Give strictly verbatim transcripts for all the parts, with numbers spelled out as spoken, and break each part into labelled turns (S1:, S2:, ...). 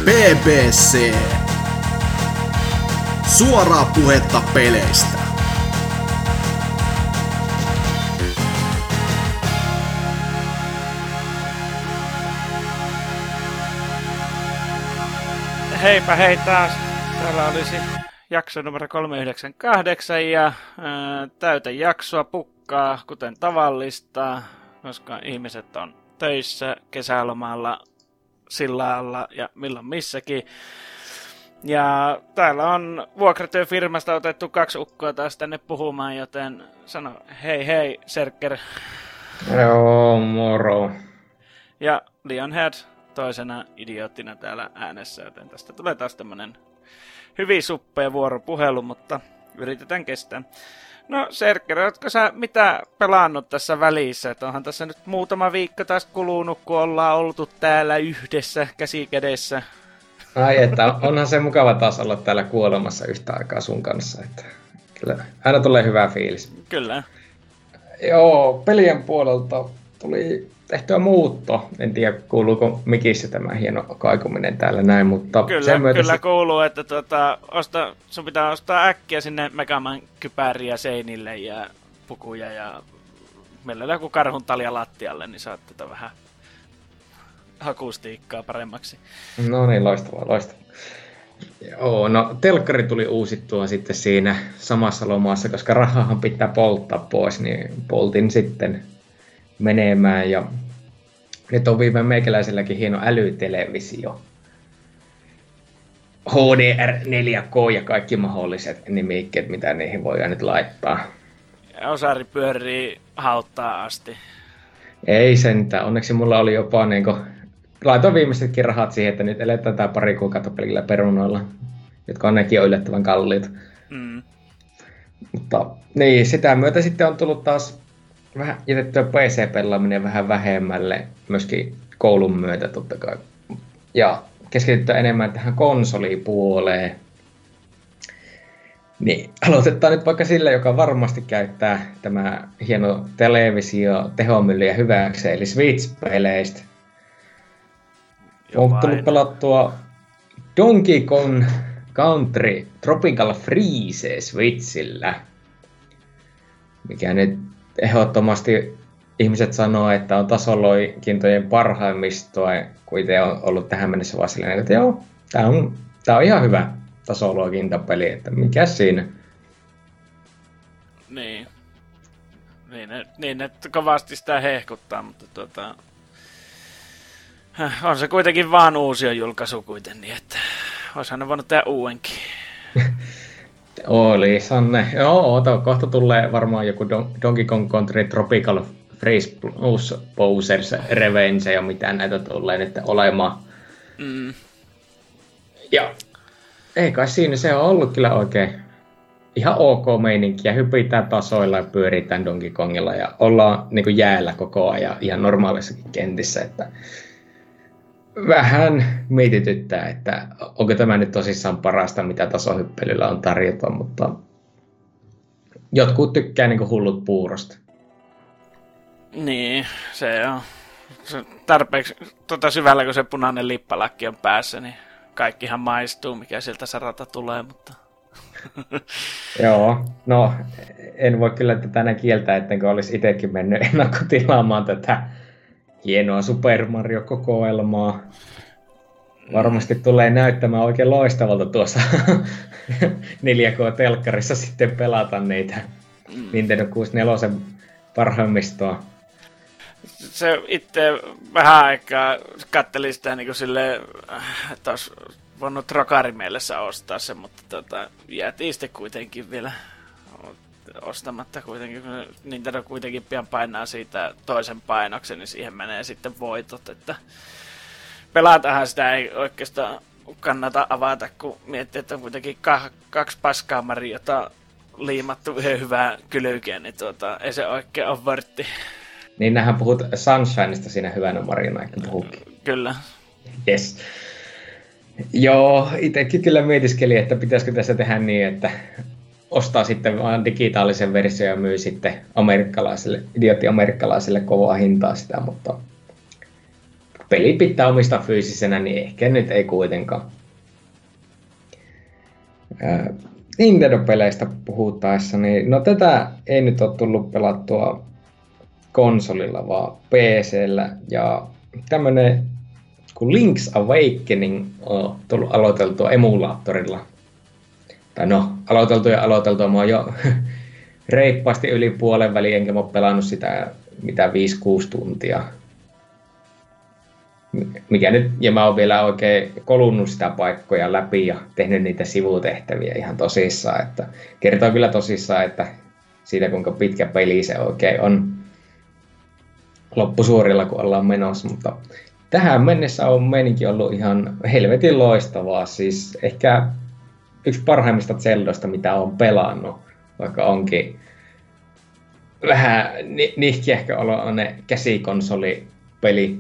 S1: B B C. Suoraa puhetta peleistä.
S2: Heipä hei taas. Täällä olisi jakso numero kolmesataayhdeksänkymmentäkahdeksan ja ää, täytejaksoa pukkaa kuten tavallista, koska ihmiset on töissä, kesälomalla, sillalla ja milloin missäkin. Ja täällä on vuokratyöfirmasta otettu kaksi ukkoa taas tänne puhumaan, joten sano hei hei Serker.
S3: Joo, moro.
S2: Ja Lionhead toisena idioottina täällä äänessä, joten tästä tulee taas tämmönen hyvin suppea vuoropuhelu, mutta yritetään kestää. No Serker, ootko sä mitä pelannut tässä välissä? Et onhan tässä nyt muutama viikko taas kulunut, kun ollaan oltu täällä yhdessä käsi kädessä.
S3: Ai että onhan se mukava taas olla täällä kuolemassa yhtä aikaa sun kanssa. Että kyllä aina tulee hyvä fiilis.
S2: Kyllä.
S3: Joo, pelien puolelta tuli tehtyä muutto. En tiedä kuuluuko mikissä tämä hieno kaikuminen täällä näin, mutta
S2: kyllä,
S3: sen myötä
S2: kyllä
S3: se...
S2: kuuluu, että tuota, osta, sun pitää ostaa äkkiä sinne Megaman kypäriä seinille ja pukuja ja meillä joku karhun talja lattialle, niin saat tätä vähän akustiikkaa paremmaksi.
S3: No niin, loistavaa, loistavaa. Joo, no telkkari tuli uusittua sitten siinä samassa lomassa, koska rahahan pitää polttaa pois, niin poltin sitten menemään ja nyt on viime meikäläiselläkin hieno älytelevisio. H D R neljä K ja kaikki mahdolliset nimikkeet, mitä niihin voidaan nyt laittaa.
S2: Ja osari pyörii hauttaa asti.
S3: Ei sentään, onneksi mulla oli jopa niinku, laitoin viimeisetkin rahat siihen, että nyt eletään tää pari kuukautta pelkillä perunoilla, jotka on nekin on yllättävän kalliita. Mm. Mutta niin, sitä myötä sitten on tullut taas vähän jätettyä P C-pelaaminen vähän vähemmälle, myöskin koulun myötä totta kai. Ja keskityttyä enemmän tähän konsolipuoleen. Niin, aloitetaan nyt vaikka sillä, joka varmasti käyttää tämä hieno televisio tehomyllyjä hyväkseen, eli Switch-peleistä. On tullut pelattua Donkey Kong Country Tropical Freeze Switchillä, mikä nyt ehdottomasti ihmiset sanoo, että on tasoloikintojen parhaimmistoa, kun itse on ollut tähän mennessä vaan silleen, että joo, tää on, tää on ihan hyvä tasoloikintapeli, että mikä siinä?
S2: Niin. Niin, ne, niin, ne kovasti sitä hehkuttaa, mutta tuota... On se kuitenkin vaan uusi julkaisu kuitenkin, niin että olisihan ne voinut tehdä uudenkin.
S3: Oli, Sanne. Joo, ota, kohta tulee varmaan joku Don- Donkey Kong Country Tropical Freeze Plus Bowser's Revenge ja mitään näitä tulee nyt olemaan. Mm. Ja ei kai siinä, se on ollut kyllä oikein ihan ok meininkiä. Hypitään tasoilla ja pyöritään Donkey Kongilla ja ollaan niin kuin jäällä koko ajan ihan normaalissakin kentissä. Että vähän mietityttää, että onko tämä nyt tosissaan parasta, mitä tasohyppelyllä on tarjota, mutta jotkut tykkää niin kuin hullut puurosta.
S2: Niin, se on se tarpeeksi tota syvällä, kun se punainen lippalakki on päässä, niin kaikkihan maistuu, mikä sieltä saralta tulee, mutta...
S3: Joo, no en voi kyllä tätä enää kieltää, ettenkö olisi itsekin mennyt ennakkotilaamaan tätä hienoa Super Mario-kokoelmaa. Varmasti tulee näyttämään oikein loistavalta tuossa neljä K-telkkarissa sitten pelata niitä mm. Nintendo kuusikymmentäneljä parhaimmistoa.
S2: Se itse vähän aikaa kattelin sitä niin kuin silleen, että olisi voinut trokarimeillessä ostaa sen, mutta tota, jäätiin sitten kuitenkin vielä ostamatta kuitenkin, kun Nintendo kuitenkin pian painaa siitä toisen painoksen, niin siihen menee sitten voitot, että pelatahan sitä ei oikeastaan kannata avata, kun miettii, että on kuitenkin kah- kaksi paskaa Mariota liimattu yhden hyvää kylykeen, niin tuota, ei se oikein ole vörtti.
S3: Niin nähän puhut Sunshineista siinä hyvänä Mariona, ehkä puhukin.
S2: Kyllä.
S3: Yes. Joo, itsekin kyllä mietiskelin, että pitäisikö tässä tehdä niin, että ostaa sitten vaan digitaalisen version ja myy sitten amerikkalaisille, idiootti amerikkalaisille kovaa hintaa sitä, mutta peli pitää omista fyysisenä, niin ehkä nyt ei kuitenkaan. Ää, Nintendo-peleistä puhuttaessa, niin no tätä ei nyt ole tullut pelattua konsolilla, vaan P C:llä. Ja tämmönen kuin Link's Awakening on tullut aloiteltua emulaattorilla. Tai no, aloiteltu ja aloiteltua. Mä oon jo reippaasti yli puolen väliin, enkä mä oon pelannut sitä mitä viisi kuusi tuntia. Mikä nyt, ja mä oon vielä oikein kolunnut sitä paikkoja läpi ja tehnyt niitä sivutehtäviä ihan tosissaan. Että kertoo kyllä tosissaan, että siitä kuinka pitkä peli se oikein on loppusuorilla, kun ollaan menossa. Mutta tähän mennessä on meininki ollut ihan helvetin loistavaa. Siis ehkä yksi parhaimmista Zeldoista, mitä on pelannut, vaikka onkin vähän nihkiähkö on ne käsikonsolipeli.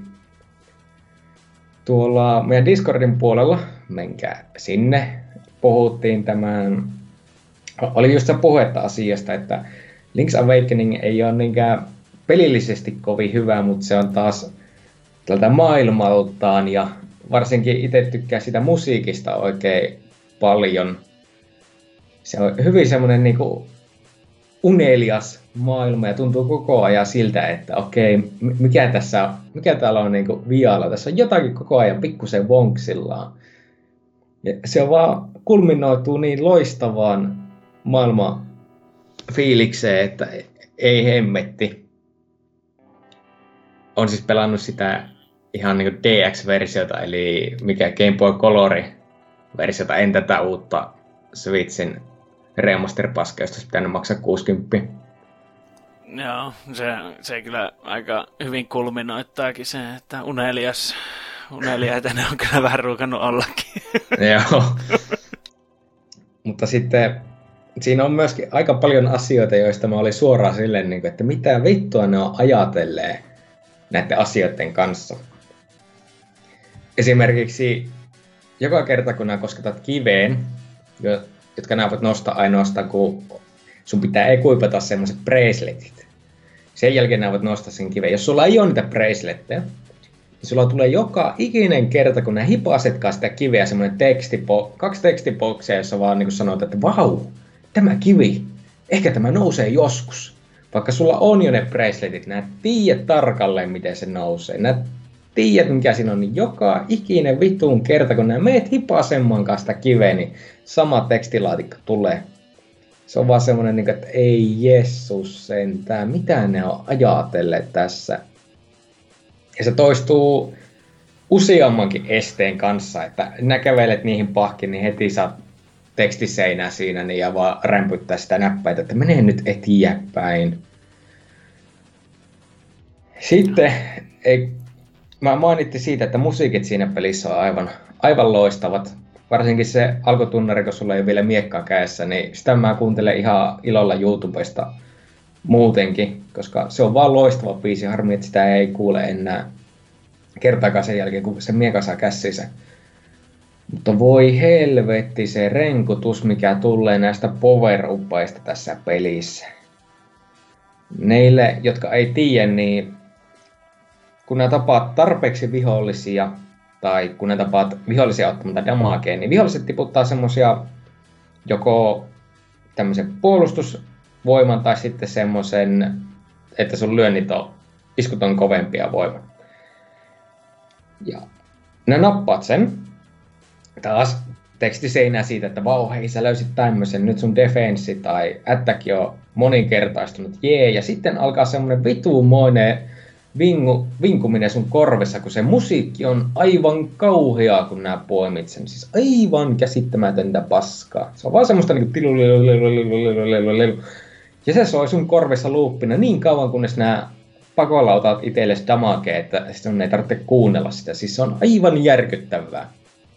S3: Tuolla meidän Discordin puolella, menkää sinne, puhuttiin tämän, oli just se puhetta asiasta, että Link's Awakening ei ole niinkään pelillisesti kovin hyvä, mutta se on taas tältä maailmaltaan ja varsinkin itse tykkää sitä musiikista oikein paljon. Se on hyvin semmoinen niinku unelias maailma ja tuntuu koko ajan siltä, että okei, mikä tässä mikä täällä on niinku vialla. Tässä on jotakin koko ajan pikkusen vonksillaan. Ja se on vaan kulminoituu niin loistavaan maailman fiilikseen, että ei hemmetti. On siis pelannut sitä ihan niinku D X-versiota, eli mikä Game Boy Color-versiota, en tätä uutta Switchin remaster-paskaa, josta olisi pitänyt maksaa kuusikymmentä.
S2: Joo, se, se kyllä aika hyvin kulminoittaakin se, että unelias, uneliaita ne on kyllä vähän ruukannut ollakin.
S3: Joo. Mutta sitten siinä on myöskin aika paljon asioita, joista mä olin suoraan silleen, että mitä vittua ne on ajatellee näiden asioiden kanssa. Esimerkiksi joka kerta, kun nää kosketat kiveen, jotka nää voit nostaa ainoastaan, kun sun pitää ekuipata semmoiset braceletit. Sen jälkeen nää voit nostaa sen kiveen. Jos sulla ei ole niitä braceletteja, niin sulla tulee joka ikinen kerta, kun nää hipasetkaan sitä kiveä, semmoinen tekstipo, kaksi tekstibokseja, jossa vaan niin sanot, että vau, tämä kivi, ehkä tämä nousee joskus. Vaikka sulla on jo ne braceletit, nää tiedät tarkalleen, miten se nousee. Nää tiedät, mikä siinä on, niin joka ikinen vitun kerta, kun nää meet hipasemaan sitä kiveä, niin sama tekstilaatikko tulee. Se on vaan semmonen, että ei Jessus sentään, mitä ne on ajatelleet tässä. Ja se toistuu useammankin esteen kanssa, että nää kävelet niihin pahkin, niin heti saat tekstiseinää siinä niin ja vaan rämpyttää sitä näppäitä, että menee nyt eteenpäin. Sitten ei, mä mainitsin siitä, että musiikit siinä pelissä on aivan, aivan loistavat. Varsinkin se alkutunnari, kun sulla ei ole vielä miekkaa kädessä, niin sitä mä kuuntelen ihan ilolla YouTubesta muutenkin, koska se on vaan loistava biisi. Harmi, että sitä ei kuule enää kertaakaan sen jälkeen, kun se miekka saa käsissä. Mutta voi helvetti se renkutus, mikä tulee näistä power-uppaista tässä pelissä. Neille, jotka ei tiedä, niin kun nää tapaat tarpeeksi vihollisia, tai kun ne tapaat vihollisia ottamatta damagea, niin viholliset tiputtaa semmosia joko tämmöisen puolustusvoiman tai sitten semmoisen, että sun lyönnit on, iskut on kovempia voimaa. Ja ne nappaat sen. Taas tekstiseinää siitä, että vau, hei sä löysit tämmöisen, nyt sun defenssi tai attack on moninkertaistunut, jee. Ja sitten alkaa semmonen vituumoinen Vingu, vinkuminen sun korvessa, kun se musiikki on aivan kauheaa, kun nää poimit sen. Siis aivan käsittämätöntä paskaa. Se on vaan semmoista niinku ja se soi sun korvessa luuppina niin kauan, kunnes nää pakolla otat itsellesi damagea, että sun ei tarvitse kuunnella sitä. Siis se on aivan järkyttävää.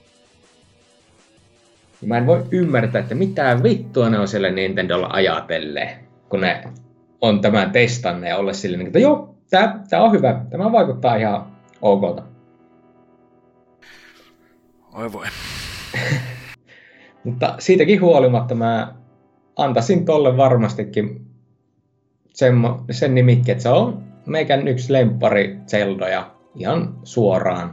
S3: Mä en voi ymmärtää, että mitä vittua ne on siellä Nintendolla ajatelleen, kun ne on tämän testanne ja ole silleen, että joo, Tää, tää on hyvä. Tämä vaikuttaa ihan okolta.
S2: Oi voi.
S3: Mutta siitäkin huolimatta mä antaisin tolle varmastikin sen, sen nimikkeen, että se on meikän yksi lemppari Zeldoja ihan suoraan.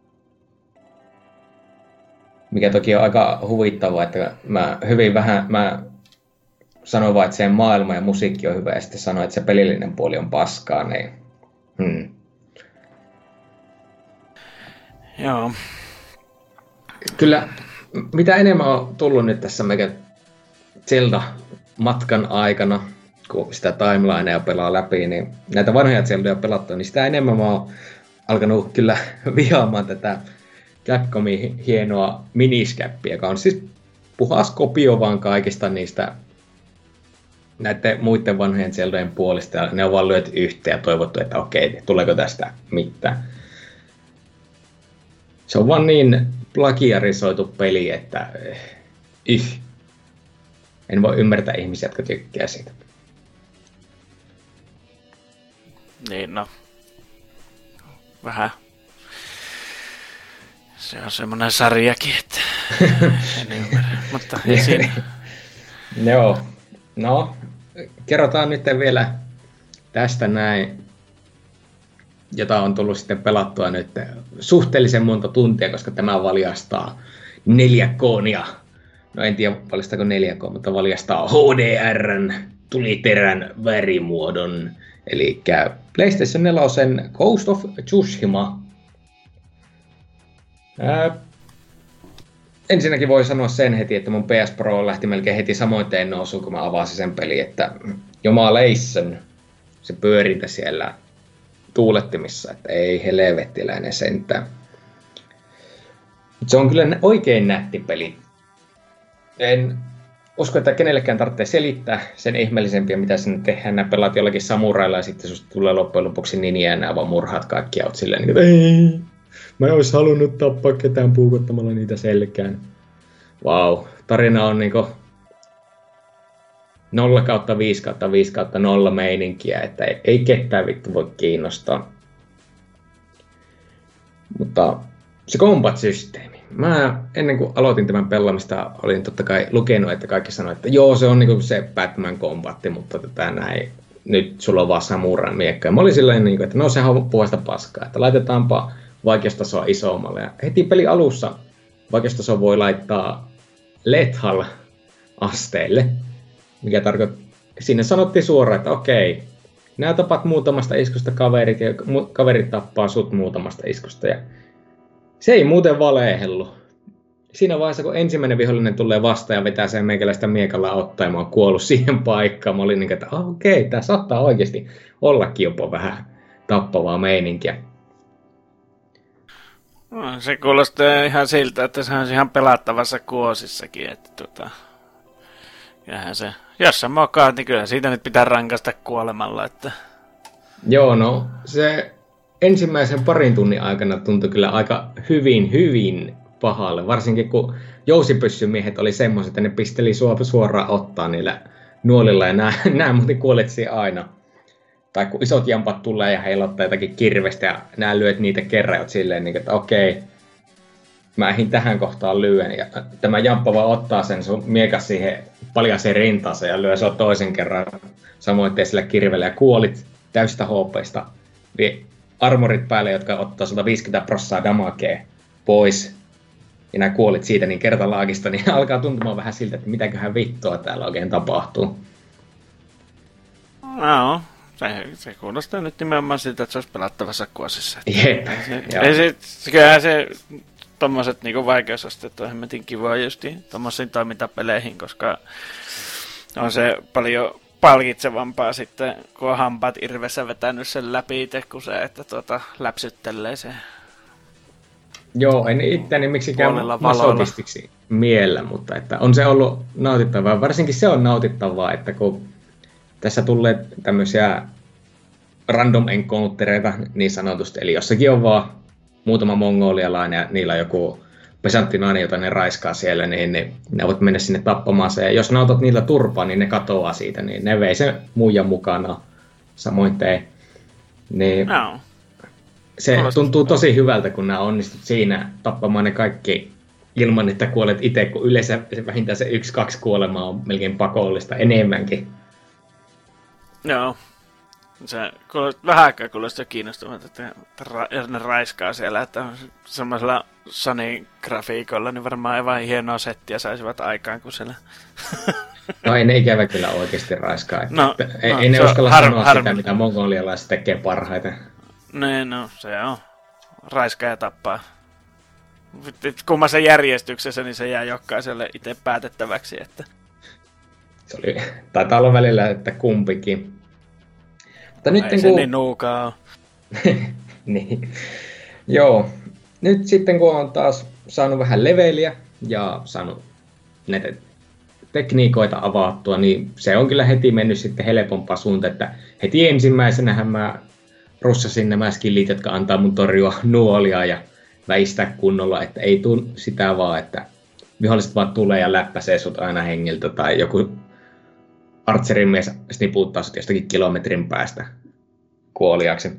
S3: Mikä toki on aika huvittavaa, että mä hyvin vähän, mä sanon vaan, että se maailma ja musiikki on hyvä, ja sitten sanon, että se pelillinen puoli on paskaa, niin hmm.
S2: Joo.
S3: Kyllä, mitä enemmän on tullut nyt tässä meikä Zelda-matkan aikana, kun sitä timelinea pelaa läpi, niin näitä vanhoja Zeldoja pelattua, niin sitä enemmän mä oon alkanut kyllä vihaamaan tätä Capcomin hienoa miniskäppiä, joka on siis puhas kopio vaan kaikista niistä näiden muiden vanhojen Zeldojen puolista, ja ne on vaan lyöty yhteen ja toivottu, että okei, tuleeko tästä mitään. Se on vaan niin plagiarisoitu peli, että yh. En voi ymmärtää ihmisiä, jotka tykkää siitä.
S2: Niin no. Vähän. Se on semmoinen sarjakin, että en ymmärrä, mutta ei siinä.
S3: Joo. No, kerrotaan nyt vielä tästä näin, jota on tullut sitten pelattua nyt suhteellisen monta tuntia, koska tämä valjastaa neljä K ja no en tiedä valjastaako neljä K, mutta valjastaa H D R:n tuliterän värimuodon. Eli PlayStation neljä Ghost of Tsushima. Ää, ensinnäkin voi sanoa sen heti, että mun P S Pro lähti melkein heti samoin tein nousuun, kun mä avasin sen peli, että jumaleissaan se pyörintä siellä tuulettimissa, että ei helvettiläinen sentään. Se on kyllä oikein nätti peli. En usko, että kenellekään tarvitsee selittää sen ihmeellisempiä, mitä sinne tehdään. Nää pelaat jollakin samurailla ja sitten susta tulee loppujen lopuksi ninja ja nää vaan murhaat kaikki ja oot silleen, että ei, mä en ois halunnut tappaa ketään puukottamalla niitä selkään. Vau, wow. Tarina on niinku nolla kautta viisi kautta viisi kautta nolla meininkiä, että ei, ei ketään vittu voi kiinnostaa. Mutta se combat-systeemi. Mä ennen kuin aloitin tämän pelaamista, olin totta kai lukenut, että kaikki sanoi, että joo, se on niinku se Batman kombatti, mutta tätä näin, nyt sulla on vaan samuran miekka. Ja mä olin silleen, niinku, että no sehän on puhasta paskaa, että laitetaanpa vaikeustasoa isommalle. Ja heti peli alussa vaikeustaso voi laittaa lethal asteelle, mikä tarkoittaa, siinä sanottiin suoraan, että okei, nää tapat muutamasta iskusta kaverit ja kaverit tappaa sut muutamasta iskusta. Ja se ei muuten valehellu. Siinä vaiheessa, kun ensimmäinen vihollinen tulee vastaan ja vetää sen meikäläistä miekalla ottaa, ja mä oon kuollut siihen paikkaan. Mä olin niin, että ah, okei, tää saattaa oikeasti ollakin jopa vähän tappavaa meininkiä.
S2: No, se kuulostaa ihan siltä, että se on ihan pelattavassa kuosissakin. Että tota, kyllähän se, jos sä mokaat, niin kyllä siitä nyt pitää rankasta kuolemalla. Että...
S3: Joo, no se ensimmäisen parin tunnin aikana tuntui kyllä aika hyvin, hyvin pahalle. Varsinkin kun jousipyssymiehet oli semmoiset, että ne pisteli sua suoraan ottaa niillä nuolilla. Ja nää, nää muuten kuolet siihen aina. Tai kun isot jampat tulee ja heilottaa jotakin kirvestä ja nää lyöt niitä kerran, oot silleen, että okei, mä ehdin tähän kohtaan lyön. Ja tämä jamppa vaan ottaa sen sun miekas siihen paljaaseen rintaansa ja lyö sua toisen kerran. Samoin tee sillä kirvellä ja kuolit täystä H P:sta. Vie armorit päälle, jotka ottaa sata viisikymmentä prosenttia damakea pois. Ja nää kuolit siitä niin kertalaakista, niin alkaa tuntumaan vähän siltä, että mitäköhän vittua täällä oikein tapahtuu.
S2: No. Se, se kuulostaa nyt nimenomaan siltä, että se olisi pelattavassa kuosissa.
S3: Jep.
S2: Ei se, se, kyllähän se tommoset niinku vaikeusasteet on hemmetin kivoa justiin tommosiin toimintapeleihin, koska on se paljon palkitsevampaa sitten, kun on hampaat irvessä vetänyt sen läpi itse, kuin se, että tuota, läpsyttelee se.
S3: Joo, en itteni miksikään masokistiksi miellä, mutta että on se ollut nautittavaa. Varsinkin se on nautittavaa, että kun tässä tulee tämmöisiä random encountereita niin sanotusti, eli jossakin on vaan muutama mongolialainen ja niillä on joku pesanttinainen, jota ne raiskaa siellä, niin ne, ne voit mennä sinne tappamaan se. Ja jos ne otat niillä turpaa, niin ne katoaa siitä, niin ne vei sen muijan mukana samoin tee. Niin
S2: no.
S3: Se tuntuu tosi hyvältä, kun nämä onnistut siinä tappamaan ne kaikki ilman, että kuolet itse, kun yleensä vähintään se yksi, kaksi kuolemaa on melkein pakollista enemmänkin.
S2: Joo. Se kuulostaa, vähän aikaa kuulostaa kiinnostavalta, että ra- ne raiskaa siellä, että semmoisella Sony-grafiikolla niin varmaan aivan hienoa settiä saisivat aikaan, kun siellä...
S3: No ei ne ikävä kyllä oikeasti raiskaa.
S2: No,
S3: ei,
S2: no,
S3: ei ne uskalla
S2: har-
S3: sanoa
S2: har-
S3: sitä, mitä mongolialaiset tekee parhaiten.
S2: No, no, se on. Raiskaa ja tappaa. Kummassa järjestyksessä, niin se jää jokaiselle itse päätettäväksi, että...
S3: Se oli, taitaa olla välillä, että kumpikin. Mutta
S2: no,
S3: nyt
S2: ei se
S3: kun...
S2: niin nuukaa ole.
S3: Niin. Joo. Nyt sitten kun on taas saanut vähän leveliä ja saanut näitä tekniikoita avattua, niin se on kyllä heti mennyt sitten helpompaa suuntaan, että heti ensimmäisenähän mä russasin nämä skillit, jotka antaa mun torjua nuolia ja väistää kunnolla, että ei tule sitä vaan, että viholliset vaan tulee ja läppäsee sut aina hengiltä tai joku archerin mies sniputtaa sut jostakin kilometrin päästä kuoliaksi.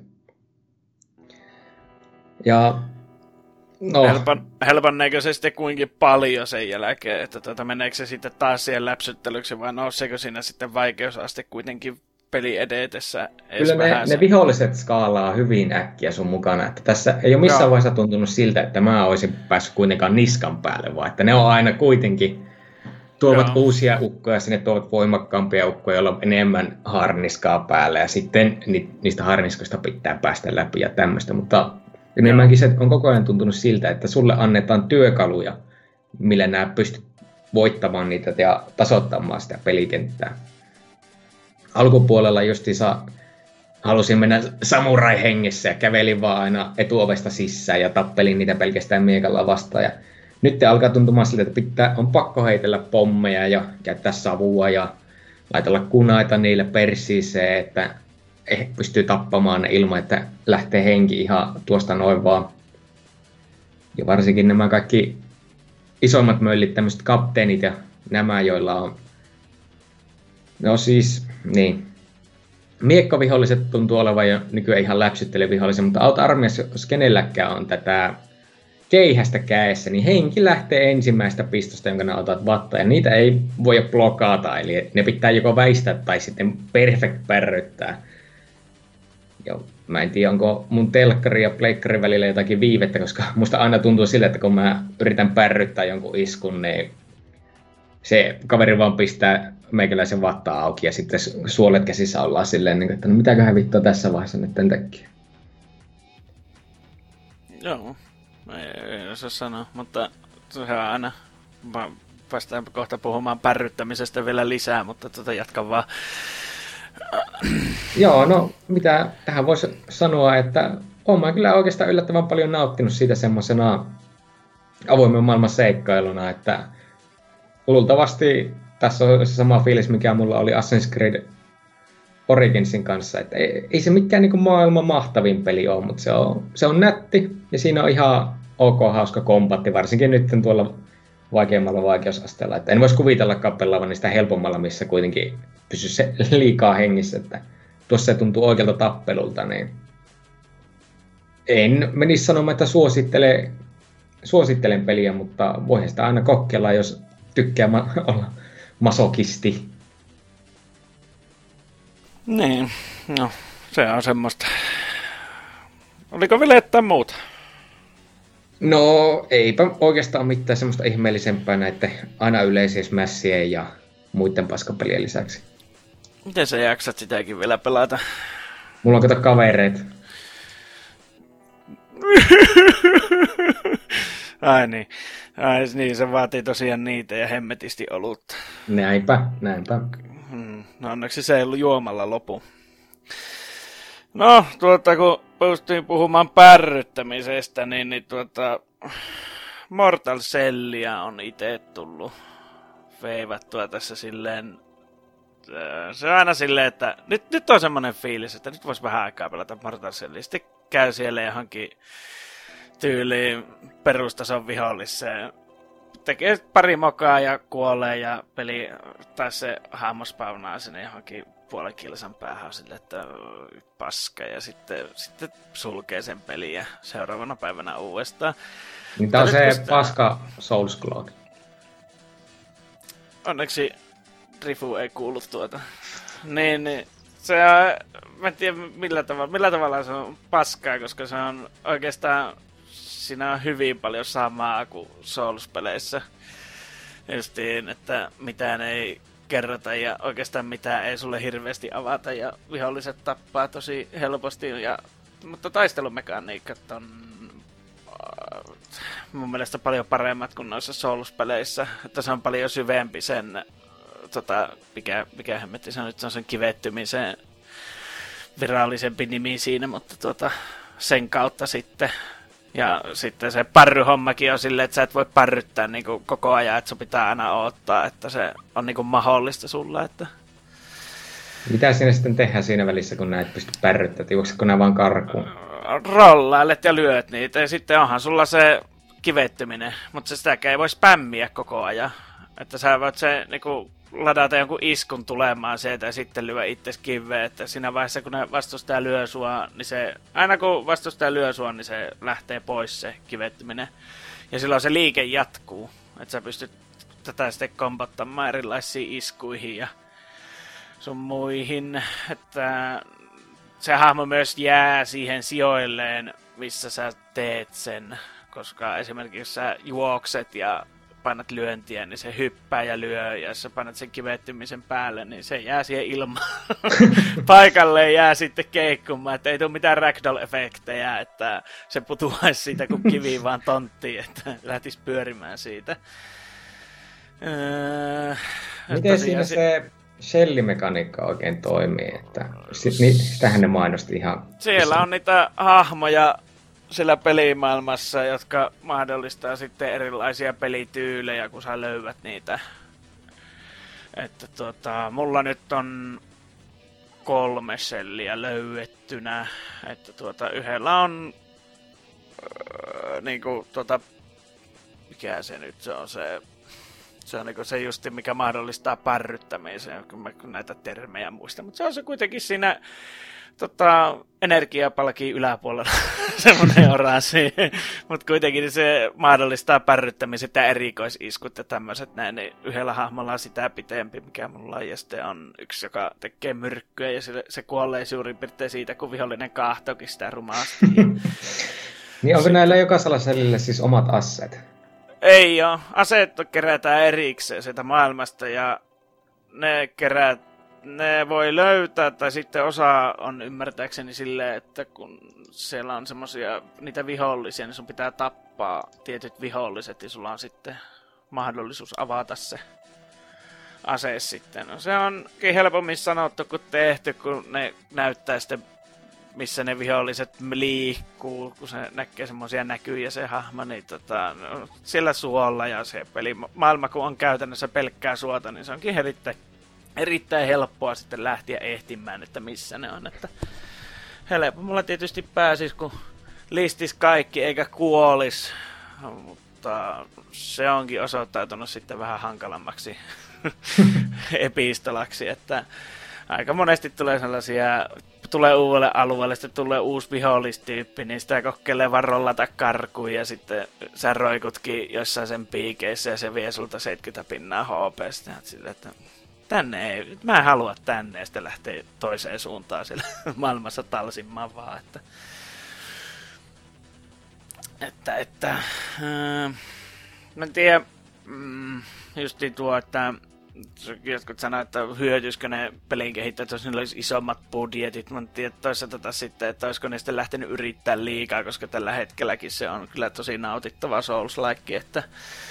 S3: Ja no.
S2: Helpon, helponneeko se sitten kuinkin paljon sen jälkeen, että tuota, meneekö se sitten taas siihen läpsyttelyksi vai nouseeko siinä sitten vaikeusaste kuitenkin peli edetessä?
S3: Kyllä ne, ne viholliset skaalaa hyvin äkkiä sun mukana, että tässä ei ole missään Joo. vaiheessa tuntunut siltä, että mä olisin päässyt kuitenkaan niskan päälle, vaan että ne on aina kuitenkin tuovat Joo. uusia ukkoja, sinne tuovat voimakkaampia ukkoja, joilla on enemmän harniskaa päälle ja sitten ni, niistä harniskoista pitää päästä läpi ja tämmöistä, mutta enemmänkin se on koko ajan tuntunut siltä, että sulle annetaan työkaluja, millä nää pystyt voittamaan niitä ja tasoittamaan sitä pelikenttää. Alkupuolella justiinsa halusin mennä samurai-hengessä ja kävelin vaan aina etuovesta sisään ja tappelin niitä pelkästään miekalla vastaan. Ja nyt alkaa tuntumaan siltä, että pitää, on pakko heitellä pommeja ja käyttää savua ja laitella kunaita niille persiiseen, että pystyy tappamaan ne ilman, että lähtee henki ihan tuosta noin vaan. Ja varsinkin nämä kaikki isommat möllit, tämmöiset kapteenit ja nämä, joilla on... No siis, niin. Miekkaviholliset tuntuu olevan jo nykyään ihan läpsyttelevihollisia, mutta auta-armiassa, jos kenelläkään on tätä keihästä kädessä, niin henki lähtee ensimmäistä pistosta, jonka ne otat vattaan, ja niitä ei voi blokata, eli ne pitää joko väistää tai sitten perfect pärryttää. Ja mä en tiedä, onko mun telkkari ja pleikkari välillä jotakin viivettä, koska musta aina tuntuu siltä, että kun mä yritän pärryttää jonkun iskun, niin se kaveri vaan pistää meikäläisen vattaa auki ja sitten suolet käsissä ollaan silleen, että no mitäköhän vittua tässä vaiheessa nyt tekee.
S2: Joo, ei, ei osaa sanoa, mutta se on aina, päästään kohta puhumaan pärryttämisestä vielä lisää, mutta tota jatkan vaan.
S3: Joo, no mitä tähän voisi sanoa, että olen mä kyllä oikeastaan yllättävän paljon nauttinut siitä semmoisena avoimen maailman seikkailuna, että luultavasti tässä on se sama fiilis, mikä mulla oli Assassin's Creed Originsin kanssa, että ei, ei se mikään niin kuin maailman mahtavin peli ole, mutta se on, se on nätti ja siinä on ihan ok hauska kombatti, varsinkin nyt tuolla vaikeimmalla vaikeusasteella, että en voisi kuvitellakaan pelaavan niistä helpommalla, missä kuitenkin pysyy se liikaa hengissä, että tuossa se tuntuu oikealta tappelulta, niin en menisi sanomaan, että suosittele, suosittelen peliä, mutta voihan sitä aina kokeilla, jos tykkää ma- olla masokisti.
S2: Niin, no se on semmoista. Oliko vielä jotain muuta?
S3: No eipä oikeastaan mitään semmoista ihmeellisempää näiden aina yleisiä smashien ja muiden paskapelien lisäksi.
S2: Miten sä jaksat sitäkin vielä pelata?
S3: Mulla on kato kavereita.
S2: Ai niin. Ai niin, se vaatii tosiaan niitä ja hemmetisti olutta.
S3: Näinpä, näinpä.
S2: Hmm, no onneksi se ei ollut juomalla lopu. No, tuota, kun pystyin puhumaan pärryttämisestä, niin, niin tuota, Mortal Cellia on itse tullut veivattua tässä silleen. Se on aina silleen, että nyt, nyt on semmoinen fiilis, että nyt voisi vähän aikaa pelata Mortal Cellia. Sitten käy siellä johonkin tyyliin perustason viholliseen. Tekee pari mokaa ja kuolee ja peli, tai se hahmo spawnaa sinne johonkin puolen kilsan päähän sille, että paska ja sitten, sitten sulkee sen pelin ja seuraavana päivänä uudestaan.
S3: Niin tää on se nyt, paska Souls Cloud.
S2: Onneksi Rifu ei kuulu tuota. Niin, niin se on, mä en tiedä millä tavalla, millä tavalla se on paskaa, koska se on oikeastaan, siinä on hyvin paljon samaa kuin Souls-peleissä. Justiin, että mitään ei kerrota ja oikeastaan mitään ei sulle hirveästi avata ja viholliset tappaa tosi helposti. Ja, mutta taistelumekaniikat on äh, mun mielestä paljon paremmat kuin noissa Souls-peleissä. Että se on paljon syvempi sen, äh, tota, mikä, mikä hemmetti se on nyt, se on sen kivettymisen virallisempi nimi siinä, mutta tuota, sen kautta sitten. Ja sitten se parryhommakin on silleen, että sä et voi parryttää niinku koko ajan, että sun pitää aina odottaa, että se on niinku mahdollista sulla. Että...
S3: Mitä siinä sitten tehdään siinä välissä, kun näet pysty parryttämään? Juoksetko nää vaan karkuun?
S2: Rollailet ja lyöt niitä ja sitten onhan sulla se kivettyminen, mutta se sitäkään ei voi spämmiä koko ajan. Että sä voit se niinku ladata jonkun iskun tulemaan sieltä ja sitten lyö itses kiveen, että siinä vaiheessa kun ne vastustaja lyö sua, niin se, aina kun vastustaja lyö sua, niin se lähtee pois se kivettyminen. Ja silloin se liike jatkuu, että sä pystyt tätä sitten kombottamaan erilaisiin iskuihin ja sun muihin, että se hahmo myös jää siihen sijoilleen, missä sä teet sen, koska esimerkiksi jos sä juokset ja painat lyöntiä, niin se hyppää ja lyö, ja jos sä painat sen kivettymisen päälle, niin se jää siihen ilmaan. Paikalleen jää sitten keikkumaan, että ei tule mitään ragdoll-efektejä, että se putuaisi siitä, kun kivi vaan tonttii, että lähtisi pyörimään siitä. Öö,
S3: Miten siinä se, se shellimekaniikka oikein toimii? Että sitähän ne mainosti ihan...
S2: Siellä on niitä hahmoja sillä pelimaailmassa, jotka mahdollistaa sitten erilaisia pelityylejä, kun sä löydät niitä. Että tota, mulla nyt on kolme shelliä löydettynä, että tuota, yhdellä on öö, niinku tota, mikä se nyt se on se, se on niinku se justi, mikä mahdollistaa parryttämisen, kun mä näitä termejä muistan, mutta se on se kuitenkin siinä Tota, energiapalkin yläpuolella semmonen oranssi, mutta kuitenkin se mahdollistaa pärryttämiset ja erikoisiskut ja tämmöiset näin, niin yhdellä hahmolla on sitä pitempi, mikä mulla on, ja sitten on yksi, joka tekee myrkkyä, ja se, se kuolee suurin piirtein siitä, kun vihollinen kaahtokin sitä rumaasti.
S3: Niin onko näillä jokaisella sellille siis omat asset?
S2: Ei oo, aseet kerätään erikseen sieltä maailmasta, ja ne kerää ne voi löytää, tai sitten osa on ymmärtääkseni silleen, että kun siellä on semmosia niitä vihollisia, niin sun pitää tappaa tietyt viholliset, ja sulla on sitten mahdollisuus avata se ase sitten. No, se onkin helpommin sanottu kuin tehty, kun ne näyttää sitten, missä ne viholliset liikkuu, kun se näkee semmosia näkyjä se hahmo, niin tota, no, sillä suolla ja se peli maailma, kun on käytännössä pelkkää suota, niin se onkin erittäin Erittäin helppoa sitten lähteä ehtimään, että missä ne on. Että helpommalla tietysti pääsis, kun listis kaikki eikä kuolis. Mutta se onkin osoittautunut sitten vähän hankalammaksi epistolaksi. Että aika monesti tulee sellaisia, tulee uudelle alueelle, sitten tulee uusi vihollistyyppi, niin sitä kokeilee vaan rollata karkuun ja sitten sä roikutkin jossain sen piikeissä ja se vie sulta seitsemänkymmentä pinnaa H P:stä. Sille, että tänne ei, mä en halua tänne, ja sitten lähtee toiseen suuntaan siellä maailmassa talsimaan vaan, että että, että äh, mä en tiedä, mm, justiin tuo, että jotkut sanoo, että hyötyisikö ne pelin kehittäjät, jos niillä olisi isommat budjetit, mä en tiedä toisaalta taas sitten, että olisiko ne sitten lähtenyt yrittää liikaa, koska tällä hetkelläkin se on kyllä tosi nautittava Souls-like, että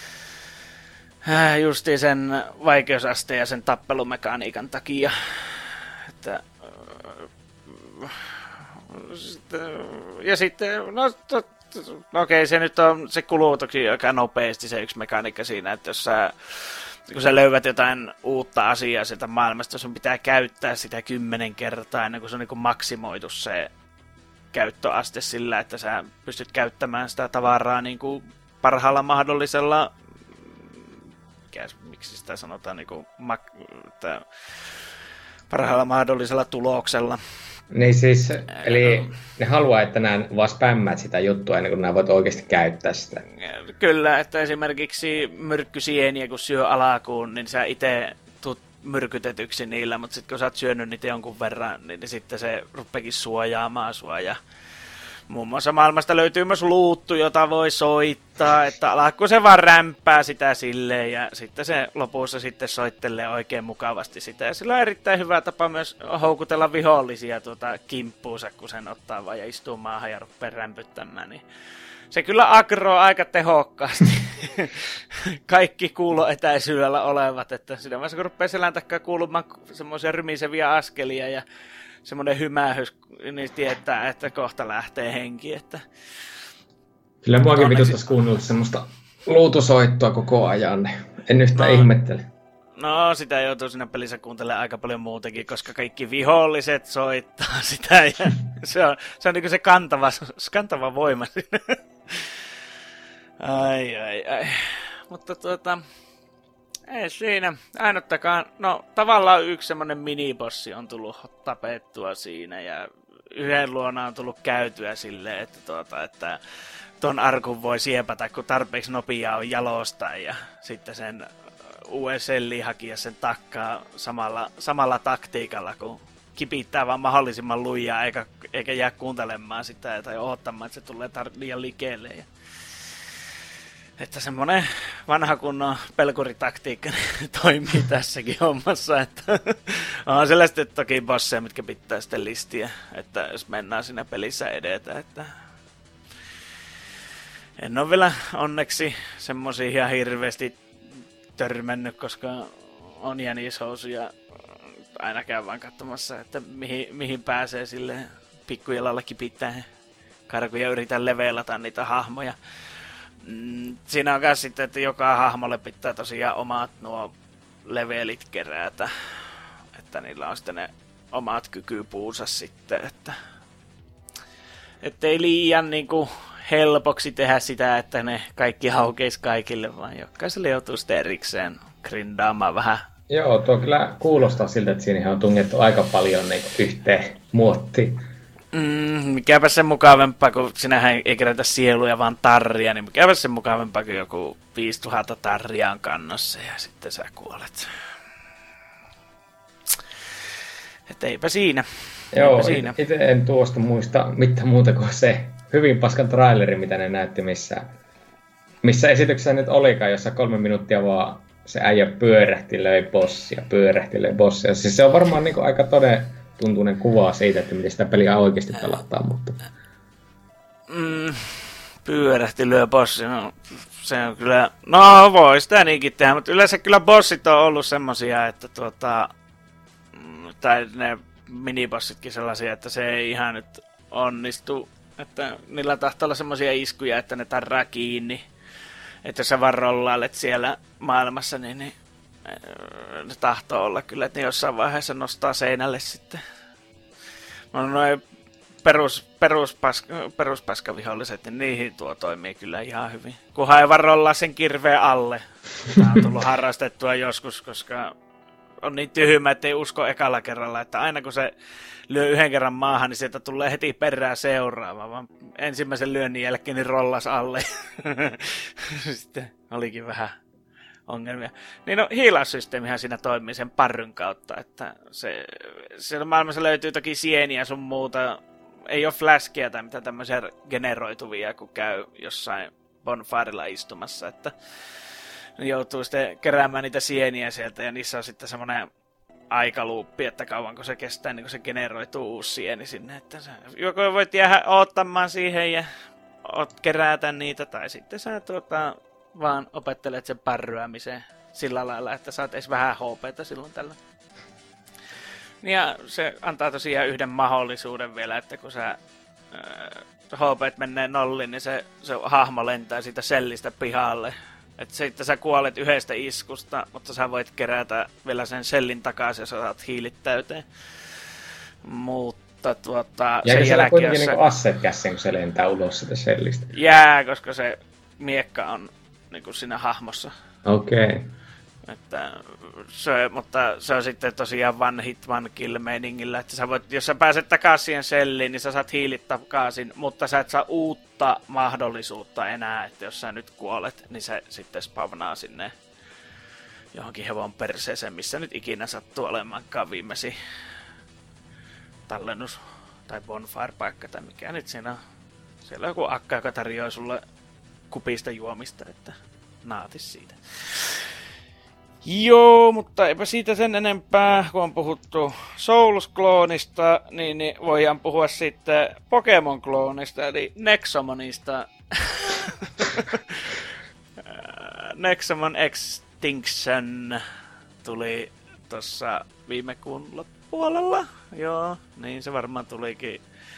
S2: justiin sen vaikeusasteen ja sen tappelumekaniikan takia. Että, ja sitten, no, to, no okei, se nyt on, se kuluu toki aika nopeasti se yksi mekaniikka siinä, että jos sä, kun sä löydät jotain uutta asiaa sieltä maailmasta, sun pitää käyttää sitä kymmenen kertaa ennen kuin se on niin kuin maksimoitu se käyttöaste sillä, että sä pystyt käyttämään sitä tavaraa niin kuin parhaalla mahdollisella, miksi sitä sanotaan, niin kuin, että parhaalla mahdollisella tuloksella.
S3: Niin siis, eli ne haluaa, että nämä vaan spämmäät sitä juttua ennen kuin nämä voit oikeasti käyttää sitä.
S2: Kyllä, että esimerkiksi myrkkysieniä kun syö alakuun, niin sä itse tuut myrkytetyksi niillä, mutta sitten kun sä oot syönyt niitä jonkun verran, niin sitten se ruppeekin suojaamaan sua. Ja muun muassa maailmasta löytyy myös luuttu, jota voi soittaa, että alakko se vaan rämpää sitä silleen ja sitten se lopussa sitten soittelee oikein mukavasti sitä. Ja sillä on erittäin hyvä tapa myös houkutella vihollisia tuota kimppuunsa, kun sen ottaa vaan ja istuu maahan ja rupeaa rämpyttämään. Niin se kyllä agroo aika tehokkaasti kaikki kuuloetäisyydellä olevat, että siinä vaiheessa kun rupeaa selän takaa kuulumaan semmoisia rymiseviä askelia ja semmoinen hymähys, niin tietää, että kohta lähtee henki. Että
S3: kyllä muakin vituttaisi kuunnella semmoista luutusoittoa koko ajan, en yhtään no, ihmettele.
S2: No, sitä joutuu siinä pelissä kuuntelemaan aika paljon muutenkin, koska kaikki viholliset soittaa sitä. Ja se on se, on niin kuin se kantava, kantava voima siinä. Ai, ai, ai. Mutta tuota, ei siinä. Ainuttakaan, no tavallaan yksi semmonen minibossi on tullut tapettua siinä ja yhden luona on tullut käytyä silleen, että tuota, että ton arkun voi siepata, kun tarpeeksi nopeaa on jalostaa ja sitten sen U S L hakia sen takkaa samalla, samalla taktiikalla, kun kipittää vaan mahdollisimman lujaa eikä, eikä jää kuuntelemaan sitä tai odottamaan, että se tulee tar- liian likeelle. Ja että semmonen vanha kunnon pelkuritaktiikka toimii tässäkin hommassa, että on sellaista toki bosseja, mitkä pitää sitten listiä, että jos mennään siinä pelissä edetä, että en ole vielä onneksi semmosia ihan hirveästi törmännyt, koska on jänishousuja aina käyn vaan katsomassa, että mihin, mihin pääsee sille pikkujalalla kipittää karkuja ja yritän levelata niitä hahmoja. Siinä on myös sitten, että joka hahmolle pitää tosiaan omat nuo levelit kerätä, että niillä on sitten ne omat kykypuunsa sitten, että ettei liian niinku helpoksi tehdä sitä, että ne kaikki haukeis kaikille, vaan jokaiselle joutuu sitten erikseen grindaamaan vähän.
S3: Joo, tuo kyllä kuulostaa siltä, että siinä on tungettu aika paljon niin yhteen muottiin.
S2: Mm, mikäpä sen mukavempaa, kun sinähän ei kerätä sieluja, vaan tarria, niin mikäpä sen mukavempaa, kun joku viisituhatta tarria on kannossa ja sitten sä kuolet. Että eipä siinä.
S3: Joo,
S2: eipä siinä.
S3: Itse en tuosta muista mitään muuta kuin se hyvin paskan traileri, mitä ne näytti, missä, missä esityksessä nyt olikaan, jossa kolme minuuttia vaan se äijä pyörähti, löi bossia, pyörähti, löi bossia. Siis se on varmaan niin kuin aika toden tuntuinen kuva siitä, että miten sitä peliä oikeasti pelataan, mutta
S2: Mm, pyörähti, lyö bossi, no se on kyllä, no voi sitä niinkin tehdä, mutta yleensä kyllä bossit on ollut semmosia, että tuota, tai ne minibossitkin sellaisia, että se ei ihan nyt onnistu, että niillä tahtoo olla semmosia iskuja, että ne tarraa kiinni, että jos sä vaan rollailet siellä maailmassa, niin, niin ne tahtoo olla kyllä, että ne jossain vaiheessa nostaa seinälle sitten. No noin perus, peruspaska, peruspaskaviholliset, niin niihin tuo toimii kyllä ihan hyvin. Kunhan ei vaan rollaa sen kirveen alle. Tämä on tullut harrastettua joskus, koska on niin tyhmä, ettei usko ekalla kerralla, että aina kun se lyö yhden kerran maahan, niin sieltä tulee heti perään seuraava, vaan ensimmäisen lyönnin jälkeen niin rollas alle. Sitten olikin vähän ongelmia. Niin no, hiilaussysteemihän siinä toimii sen parryn kautta, että se, siellä maailmassa löytyy toki sieniä sun muuta, ei ole flashkia tai mitään tämmöisiä generoituvia, kun käy jossain bonfirella istumassa, että joutuu sitten keräämään niitä sieniä sieltä ja niissä on sitten semmoinen aikaluuppi, että kauanko se kestää, niin kun se generoituu uusi sieni sinne, että sä joko voit jäädä odottamaan siihen ja oot kerätä niitä, tai sitten sä tuota vaan opettelet sen parryämisen sillä lailla, että saat edes vähän H P:tä silloin tällä. Ja se antaa tosiaan yhden mahdollisuuden vielä, että kun sä H P:t menee nolliin, niin se, se hahmo lentää siitä sellistä pihalle. Että sitten sä kuolet yhdestä iskusta, mutta sä voit kerätä vielä sen sellin takaisin ja sä saat hiilit täyteen. Mutta tuota,
S3: sen jälkeen kuitenkin
S2: jos...
S3: niinku asset käsiin, kun se lentää ulos sitä sellistä?
S2: Jää, koska se miekka on niinku siinä hahmossa.
S3: Okei. Okay.
S2: Että se, mutta se on sitten tosiaan one hit one kill meiningillä, että sä voit, jos sä pääset takaisin siihen selliin, niin sä saat hiilit takaisin, mutta sä et saa uutta mahdollisuutta enää, että jos sä nyt kuolet, niin se sitten spawnaa sinne johonkin hevon perseeseen, missä nyt ikinä sattuu olemaankaan viimeisi tallennus tai bonfire-paikka tai mikä nyt siinä on. Siellä on joku akka, joka tarjoaa sulle kupista juomista, että naatis siitä. Joo, mutta eipä siitä sen enempää, kun on puhuttu Souls-kloonista, niin, niin voidaan puhua sitten Pokemon-kloonista, eli Nexomonista. Nexomon Extinction tuli tuossa viime kuun loppupuolella. Joo, niin se varmaan tulikin.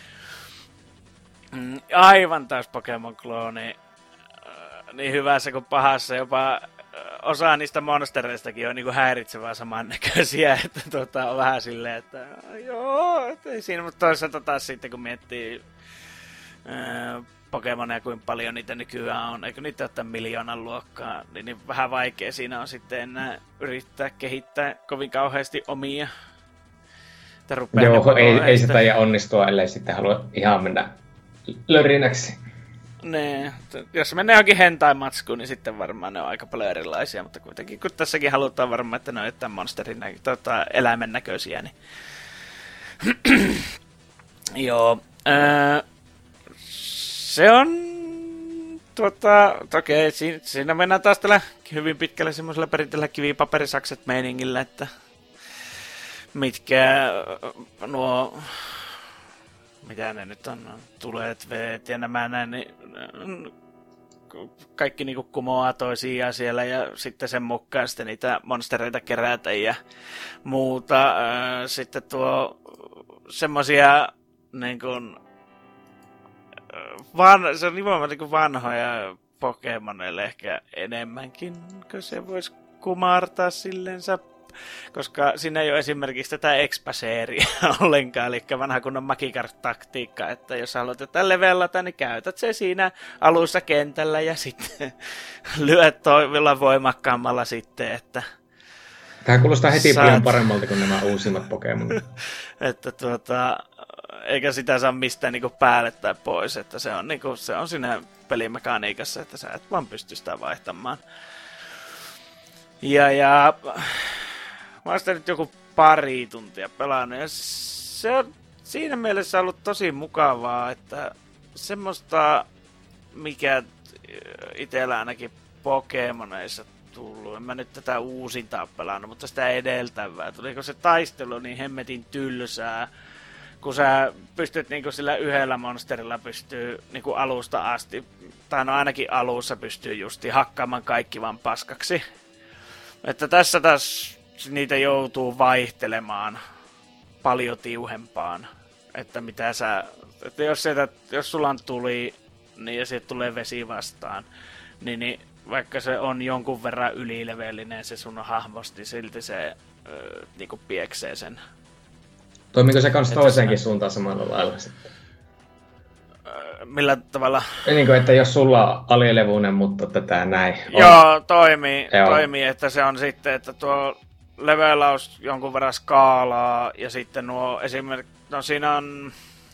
S2: Mm, aivan taas Pokemon-klooni. Niin hyvässä kuin pahassa, jopa osa niistä monstereistakin on niinku häiritsevää samannäköisiä, että tota, on vähän silleen, että joo, et ei siinä, mutta toisaalta taas sitten kun miettii ää, Pokemonia, kuinka paljon niitä nykyään on, eikö niitä ole miljoonan luokkaa, niin, niin vähän vaikea siinä on sitten enää yrittää kehittää kovin kauheasti omia.
S3: Joo, ei, ei se taida onnistua, ellei sitten halua ihan mennä lörinäksi.
S2: Ne, jos menee johonkin hentai-matskuun, niin sitten varmaan ne on aika paljon erilaisia, mutta kuitenkin kun tässäkin halutaan varmaan, että ne on jotain monsterin nä- tota, eläimen näköisiä, niin joo, öö, se on tuota, okei, siinä, siinä mennään taas tällä hyvin pitkälle semmoisella perinteellä kivipaperisakset meiningillä, että mitkä nuo mitä ne nyt on, tulet, veet ja nämä näin, niin kaikki niinku kumoaa toisiaan siellä ja sitten sen mukaan sitten niitä monstereita kerätä ja muuta. Sitten tuo semmosia niinku van, se on nimenomaan niinku vanhoja Pokemoneille ehkä enemmänkin, kun se voisi kumartaa sillensä. Koska siinä ei ole esimerkiksi tätä expaseeria ollenkaan, eli vanha kunnon Magikarp-taktiikka, että jos haluat jotain levellata, niin käytät se siinä alussa kentällä ja sitten lyöt toivilla voimakkaammalla sitten, että
S3: tämä kuulostaa heti
S2: saat
S3: paljon paremmalta kuin nämä uusimmat Pokemonit.
S2: että tuota, eikä sitä saa mistään niinku päälle tai pois, että se on, niinku, se on siinä pelimekaniikassa, että sä et vaan pysty sitä vaihtamaan. Ja, ja mä oon sitä nyt joku pari tuntia pelannut ja se on siinä mielessä ollut tosi mukavaa, että semmoista, mikä itsellä ainakin Pokemoneissa tullut, en mä nyt tätä uusinta pelannut, mutta sitä edeltävää, tuliko se taistelu niin hemmetin tylsää, kun sä pystyt niinku sillä yhdellä monsterilla pystyy niinku alusta asti, tai no ainakin alussa pystyy justi hakkaamaan kaikki vaan paskaksi. Että tässä taas niitä joutuu vaihtelemaan paljon tiuhempaan, että mitä sä, että jos, sieltä, jos sulla on tuli, niin ja sieltä tulee vesi vastaan, niin, niin vaikka se on jonkun verran ylilevelinen se sun hahmosti, silti se ö, niinku pieksee sen.
S3: Toimiiko se kans toiseenkin suuntaan samalla lailla sitten?
S2: Millä tavalla?
S3: Niin kuin, että jos sulla on alilevuinen, mutta tätä näin on.
S2: Joo, toimii,
S3: Joo.
S2: toimii, että se on sitten, että tuo levelaus jonkun verran skaalaa, ja sitten nuo esimerkiksi, no siinä on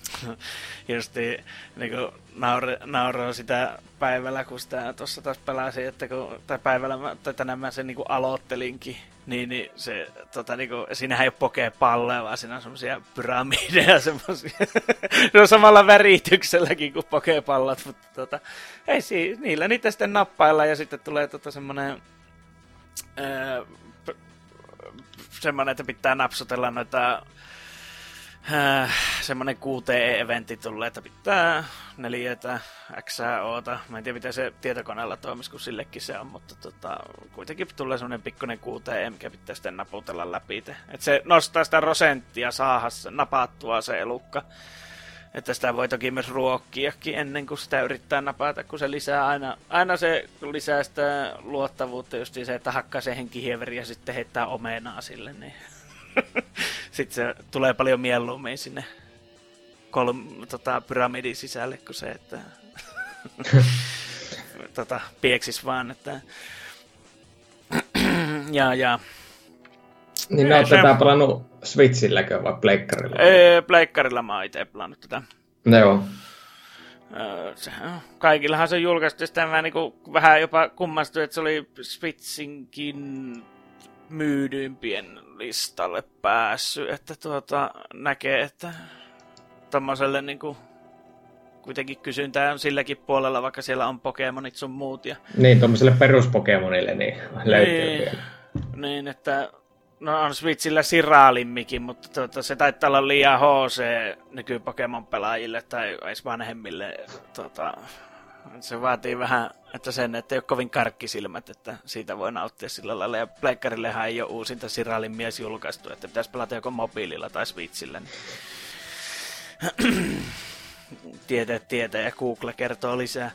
S2: justi niinku nauroin sitä päivällä, kun sitä tuossa taas pelasin, että kun, tai päivällä, tai tänään mä sen niinku aloittelinkin, niin, niin se, tota, niinku, siinähän ei ole pokepalleja, vaan siinä on semmosia pyramideja, semmosia, se on samalla väritykselläkin kuin pokepallot, mutta tota, ei si- niillä niitä sitten nappailla, ja sitten tulee tota semmonen, öö, semmonen, että pitää napsutella noita Äh, semmonen Q T E-eventti tulee, että pitää neljötä X O:ta. Mä en tiedä, miten se tietokoneella toimisi, kun sillekin se on, mutta tota, kuitenkin tulee semmonen pikkuinen Q T E, mikä pitää sitten naputella läpi. Että se nostaa sitä prosenttia saahassa napattua se elukka. Että sitä voi toki myös ruokkiakin ennen kuin sitä yrittää napata, kun se lisää aina, aina se lisää sitä luottavuutta, just se, että hakkaa sen henkihieveri ja sitten heittää omenaa sille, niin sitten se tulee paljon mieluummin sinne kolm, tota, pyramidin sisälle kuin se, että tota, pieksis vaan, että ja ja
S3: niin ne on se tätä pelannut Switchilläkö vai pleikkarilla?
S2: Ee, pleikkarilla mä oon ite pelannut tätä.
S3: Joo.
S2: Öö, se, kaikillahan se on julkaistu, sitä mä niinku vähän jopa kummastui, että se oli Switchinkin myydyimpien listalle päässyt, että tuota, näkee, että tommoselle niinku kuitenkin kysyntää on silläkin puolella, vaikka siellä on Pokemonit sun muut. Ja...
S3: Niin, tommoselle peruspokemonille niin löytyy
S2: niin,
S3: vielä.
S2: Niin, että no on Switchillä Siraalimmikin, mutta tuota, se taitaa olla liian H C nyky-Pokemon-pelaajille tai edes vanhemmille. Tuota, se vaatii vähän, että sen, että ei ole kovin karkkisilmät, että siitä voi nauttia sillä lailla. Ja Pleikkarillehan ei ole uusinta Siraalin mies julkaistu, että pitäisi pelata joko mobiililla tai Switchillä. Niin... Tietää, tietää ja Google kertoo lisää.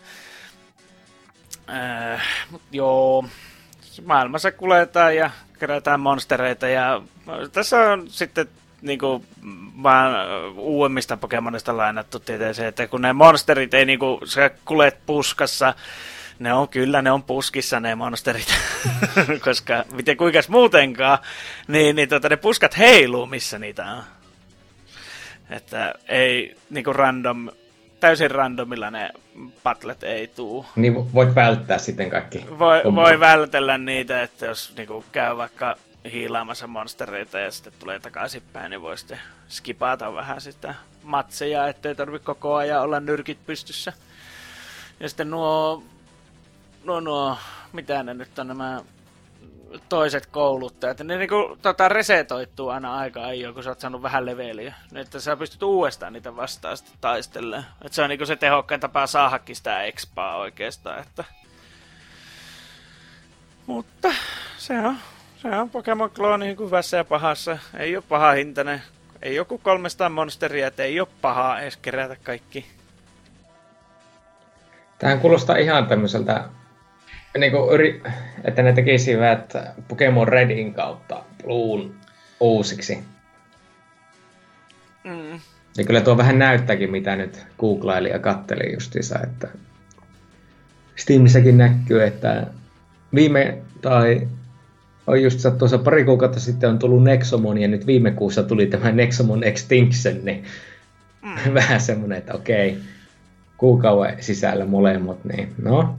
S2: Äh, mut joo, maailmassa kuljetaan ja kerätään monstereita ja tässä on sitten niinku vaan uudemmista Pokemonista lainattu tietenkin se, että kun ne monsterit ei niinku, sä kulet puskassa, ne on kyllä, ne on puskissa ne monsterit, koska miten kuinkas muutenkaan, niin, niin tota, ne puskat heiluu missä niitä on. Että ei niinku random, täysin randomilla ne battlet ei tuu.
S3: Niin voit välttää sitten kaikki.
S2: Voi, voi vältellä niitä, että jos niinku käy vaikka hiilaamassa monstereita ja sitten tulee takaisinpäin, niin voi sitten skipata vähän sitä matseja, ettei tarvitse koko ajan olla nyrkit pystyssä. Ja sitten nuo, nuo, nuo mitä ne nyt on nämä toiset kouluttajat, ne niinku tota, resetoittuu aina aika ajoin, kun sä oot saanut vähän leveliä. Niin, että sä pystyt uudestaan niitä vastaan sitten taistelemaan. Että se on niinku se tehokkain tapa saadakin sitä expaa oikeastaan, että... Mutta se on, se on Pokemon-klooni hyvässä ja pahassa. Ei oo paha hintainen. Ei joku kolmesataa monsteria, että ei oo pahaa edes kerätä kaikki.
S3: Tähän kuulostaa ihan tämmöiseltä, niin kuin yri, että ne tekisivät Pokemon Redin kautta Bluun uusiksi. Mm. Ja kyllä tuo vähän näyttääkin, mitä nyt googlaili ja katteli justiinsa, että Steamissäkin näkyy, että viime, tai on just tuossa pari kuukautta sitten on tullut Nexomon, ja nyt viime kuussa tuli tämä Nexomon Extinction, niin mm. vähän semmoinen, että okei, kuukauden sisällä molemmat, niin no.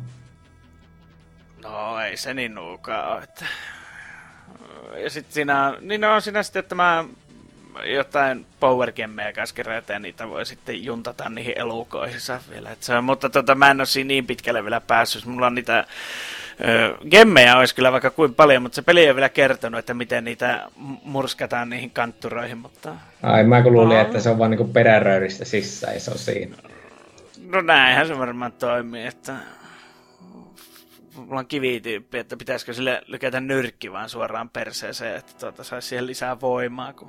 S2: No ei se niin nuukaa ole, että... Ja sit siinä, niin on siinä sitten, että mä jotain powergemmeja kanssa kerätä ja niitä voi sitten juntata niihin elukoihinsa vielä. Et se on, mutta tota, mä en ole siinä niin pitkälle vielä päässyt. Mulla on niitä ö, gemmejä olisi kyllä vaikka kuin paljon, mutta se peli ei ole vielä kertonut, että miten niitä murskataan niihin kantturoihin. Mutta...
S3: Ai mä kun luulin, no. että se on vaan niinku peräröyristä sisään ja se on siinä.
S2: No näinhän se varmaan toimii, että... Mulla on kivityyppi, että pitäisikö sille lykätä nyrkki vaan suoraan perseeseen, että tuota saisi siihen lisää voimaa, kun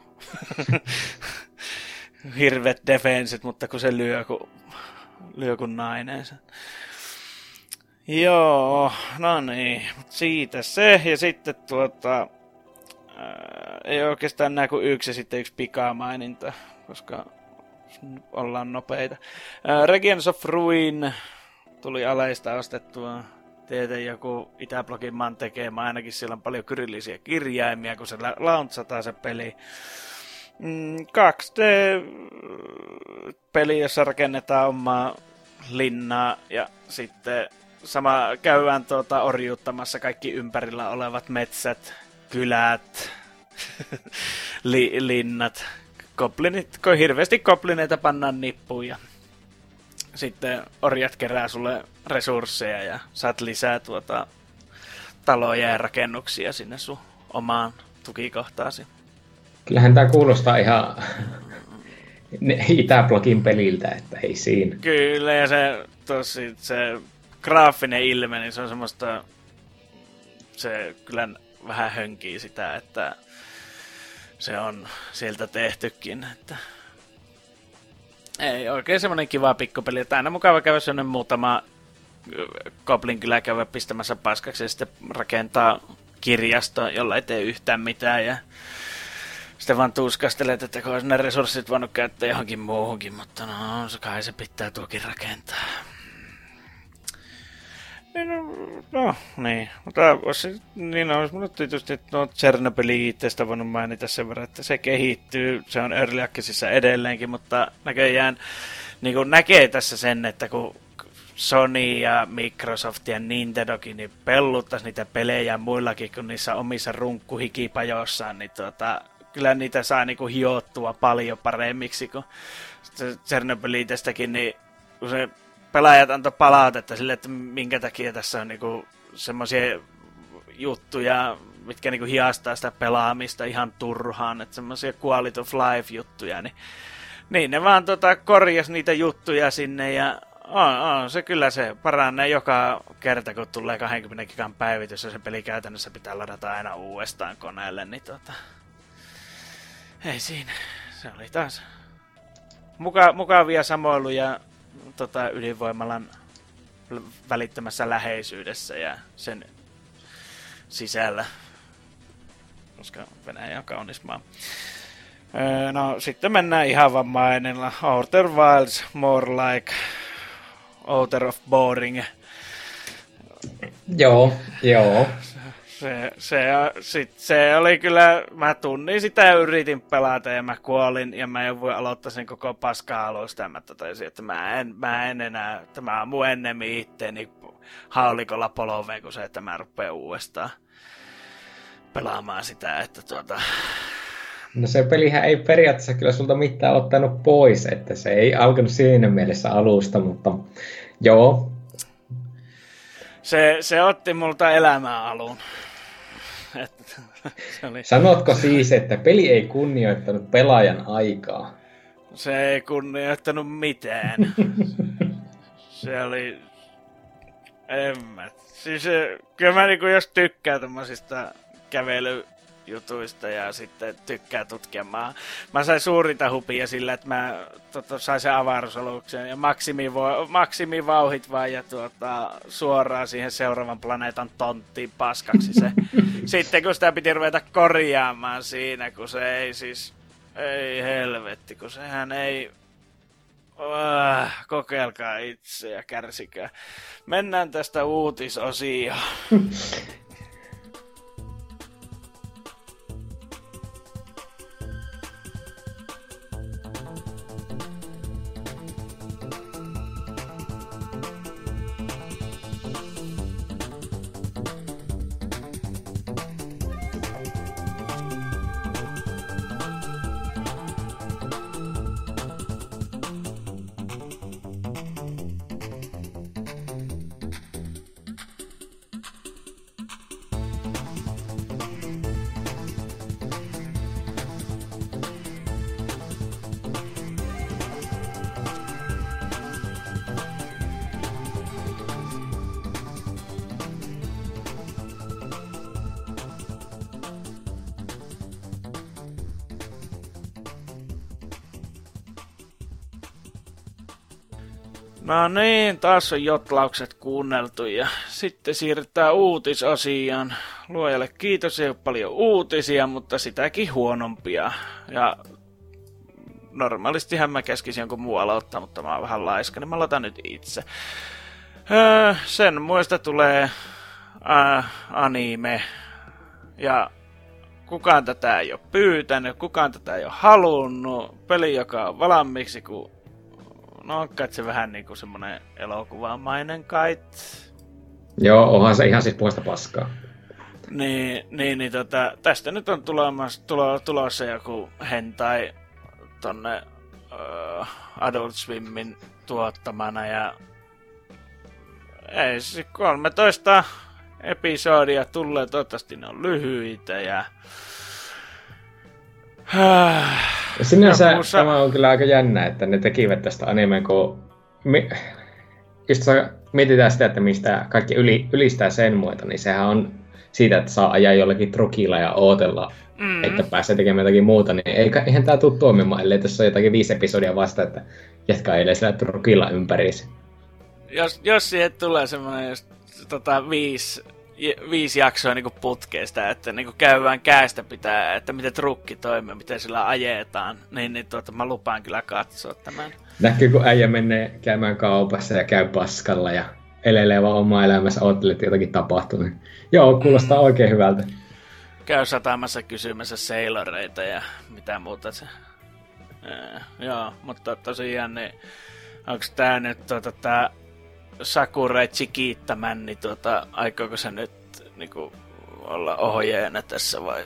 S2: hirvet defensit, mutta kun se lyö, kun, lyö kun nainen. Joo, no niin, siitä se, ja sitten tuota, ää, ei oikeastaan näe kuin yksi ja sitten yksi pikamaininta, koska ollaan nopeita. Ää, Regents of Ruin tuli aleista ostettua. Tietenkin joku Itäblogin maan tekemä, ainakin siellä on paljon kyrillisiä kirjaimia, kun se launchataan se peli. Mm, kaksi D-peli, jossa rakennetaan omaa linnaa ja sitten sama käydään tuota orjuuttamassa kaikki ympärillä olevat metsät, kylät, li, linnat, goblinit, kun hirveästi goblineita pannaan nippuun ja sitten orjat kerää sulle resursseja ja saat lisää tuota taloja ja rakennuksia sinne sun omaan tukikohtaasi.
S3: Kyllähän tää kuulostaa ihan Itäblogin peliltä, että ei siinä.
S2: Kyllä, ja se, tosi, se graafinen ilme, niin se on semmoista, se kyllä vähän hönkii sitä, että se on sieltä tehtykin, että ei, oikein semmonen kiva pikkupeli. Että aina mukava käydä semmonen muutama goblin kyllä käydä pistämässä paskaksi ja sitten rakentaa kirjasto, jolla ei tee yhtään mitään. Ja sitten vaan tuskastelet, että kun olisi ne resurssit voinut käyttää johonkin muuhunkin, mutta no, kai se pitää tuokin rakentaa. No, no niin, mutta olisi, niin olisi mulle tietysti no Chernobyl itsestä voinut mainita sen verran, että se kehittyy, se on Early Accessissa edelleenkin, mutta näköjään niin kuin näkee tässä sen, että kun Sony ja Microsoft ja Nintendokin niin pelluttaisi niitä pelejä muillakin kuin niissä omissa runkkuhikipajoissaan, niin tuota, kyllä niitä saa niinku hiottua paljon paremmiksi kuin Tsernobylitästäkin, niin kun se pelaajat antoi palautetta sille, että minkä takia tässä on niinku semmoisia juttuja, mitkä niinku hiastaa sitä pelaamista ihan turhaan, että semmoisia quality of life juttuja, niin, niin ne vaan tota, korjas niitä juttuja sinne ja on, on, se kyllä se paranee joka kerta, kun tulee kaksikymmentä gigan päivitys ja se peli käytännössä pitää ladata aina uudestaan koneelle, niin tota, ei siinä, se oli taas muka, mukavia samoiluja tota, ydinvoimalan välittömässä läheisyydessä ja sen sisällä, koska Venäjä on kaunis maa. Öö, no sitten mennään ihan vaan mainilla. Outer Wilds, more like Outer of Boring.
S3: Joo, joo.
S2: Se, se, sit, se oli kyllä, mä tunnin sitä ja yritin pelata ja mä kuolin ja mä en voi aloittaa sen koko paskaa alusta ja mä totesin, että mä en, mä en enää, tämä on mun ennemmin itteeni haulikolla poloveen kuin se, että mä rupean uudestaan pelaamaan sitä, että tuota...
S3: No se pelihän ei periaatteessa kyllä sulta mitään ottanut pois, että se ei alkanut siinä mielessä alusta, mutta joo.
S2: Se, se otti multa elämää alun. Se oli...
S3: Sanotko siis, että peli ei kunnioittanut pelaajan aikaa?
S2: Se ei kunnioittanut mitään. Se oli... En mä... Siis kyllä mä niinku jos tykkään tommosista kävelyjutuista ja sitten tykkää tutkia. Mä, mä sain suurinta hupia sillä, että mä tota, sain sen avaruusaluksen ja maksimivo, maksimivauhit vaan ja tuota, suoraan siihen seuraavan planeetan tonttiin paskaksi se. Sitten kun sitä piti ruveta korjaamaan siinä, kun se ei siis... Ei helvetti, kun sehän ei... Uh, kokeilkaa itse ja kärsikää. Mennään tästä uutisosioon. No niin, taas on jotlaukset kuunneltu ja sitten siirrytään uutisasiaan. Luojalle kiitos, ei ole paljon uutisia, mutta sitäkin huonompia. Ja normaalistihan mä käskisin jonkun muu aloittaa, mutta mä oon vähän laiska, niin mä aloitan nyt itse. Öö, sen muista tulee äh, anime ja kukaan tätä ei ole pyytänyt, kukaan tätä ei ole halunnut. Peli, joka on valmiiksi, kun no on kai se vähän niinku semmonen elokuvamainen kait.
S3: Joo, onhan se ihan siis puolesta paskaa.
S2: Niin, niin, niin tota, tästä nyt on tulossa, tulo, tulossa joku hentai tonne uh, Adult Swimin tuottamana ja ei siis kolmetoista episodia tulee, toivottavasti ne on lyhyitä ja
S3: sinänsä muussa... tämä on kyllä aika jännä, että ne tekivät tästä animeen, kun mi... just mietitään sitä, että mistä kaikki yli, ylistää sen muita, niin sehän on siitä, että saa ajaa jollakin trukilla ja ootella, mm. että pääsee tekemään jotakin muuta, niin eihän tämä tule toimimaan, ellei tässä ole jotakin viisi episodia vasta, että jätkä eilee sillä trukilla ympäriinsä.
S2: Jos, jos siihen tulee semmoinen just, tota, viisi... viisi jaksoa niinku putkeesta, että niinku käydään käistä pitää, että miten trukki toimii, miten sillä ajetaan, niin, niin tuota, mä lupaan kyllä katsoa tämän.
S3: Näkyy, kun äijä menee käymään kaupassa ja käy paskalla ja elelee vaan omaa elämässä, oottelee, että jotakin tapahtuu. Niin joo, kuulostaa mm. oikein hyvältä.
S2: Käy satamassa kysymässä sailoreita ja mitä muuta se. Ee, joo, mutta tosiaan, niin onks tää nyt tuota, tää Sakurai Chiquita-män, niin tuota, aikooko se nyt niinku olla ohjeena tässä vai...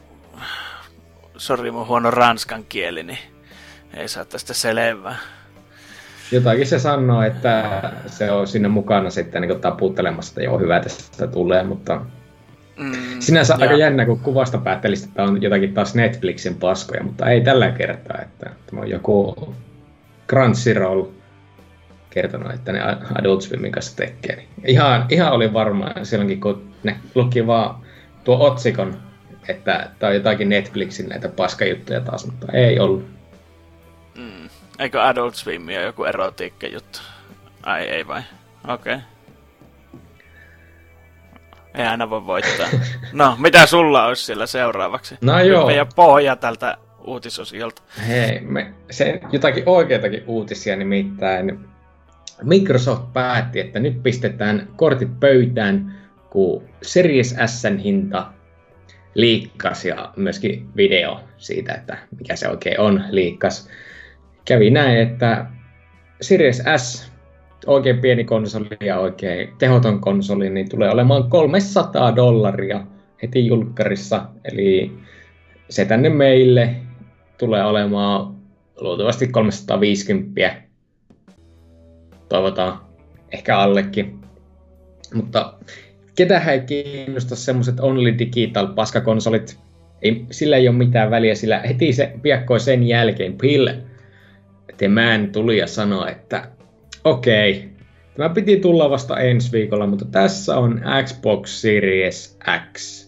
S2: Sori mun huono ranskan kieli, niin ei saa tästä selvää.
S3: Jotakin se sanoo, että se on siinä mukana sitten niin taputtelemassa, että joo, hyvä tästä tulee, mutta mm, sinänsä aika jännä, kun kuvasta päättelisi, että on jotakin taas Netflixin paskoja, mutta ei tällä kertaa, että tämä on joku Crunchyroll kertonut, että ne Adult Swimin kanssa tekee. Niin ihan, ihan oli varma silloinkin, kun ne luki vaan tuo otsikon, että tämä on jotakin Netflixin näitä paskajuttuja taas, mutta ei ollut.
S2: Mm. Eikö Adult Swim ole joku erotiikka-juttu? Ai ei vai? Okei. Okay. Ei aina voi voittaa. No, mitä sulla olisi siellä seuraavaksi?
S3: No joo.
S2: Ja pohja tältä uutisosiolta.
S3: Hei, me, se jotakin oikeitakin uutisia nimittäin. Microsoft päätti, että nyt pistetään kortit pöytään, kun Series S:n hinta liikkas ja myöskin video siitä, että mikä se oikein on liikkas. Kävi näin, että Series S, oikein pieni konsoli ja oikein tehoton konsoli, niin tulee olemaan kolmesataa dollaria heti julkkarissa. Eli se tänne meille tulee olemaan luultavasti kolmesataaviisikymmentä. Toivotaan ehkä allekin. Mutta ketähän ei kiinnosta semmoset Only Digital paskakonsolit. Ei, sillä ei ole mitään väliä, sillä heti se piakkoi sen jälkeen Bill The Man tuli ja sanoi, että okei, okay, tämä piti tulla vasta ensi viikolla, mutta tässä on Xbox Series X.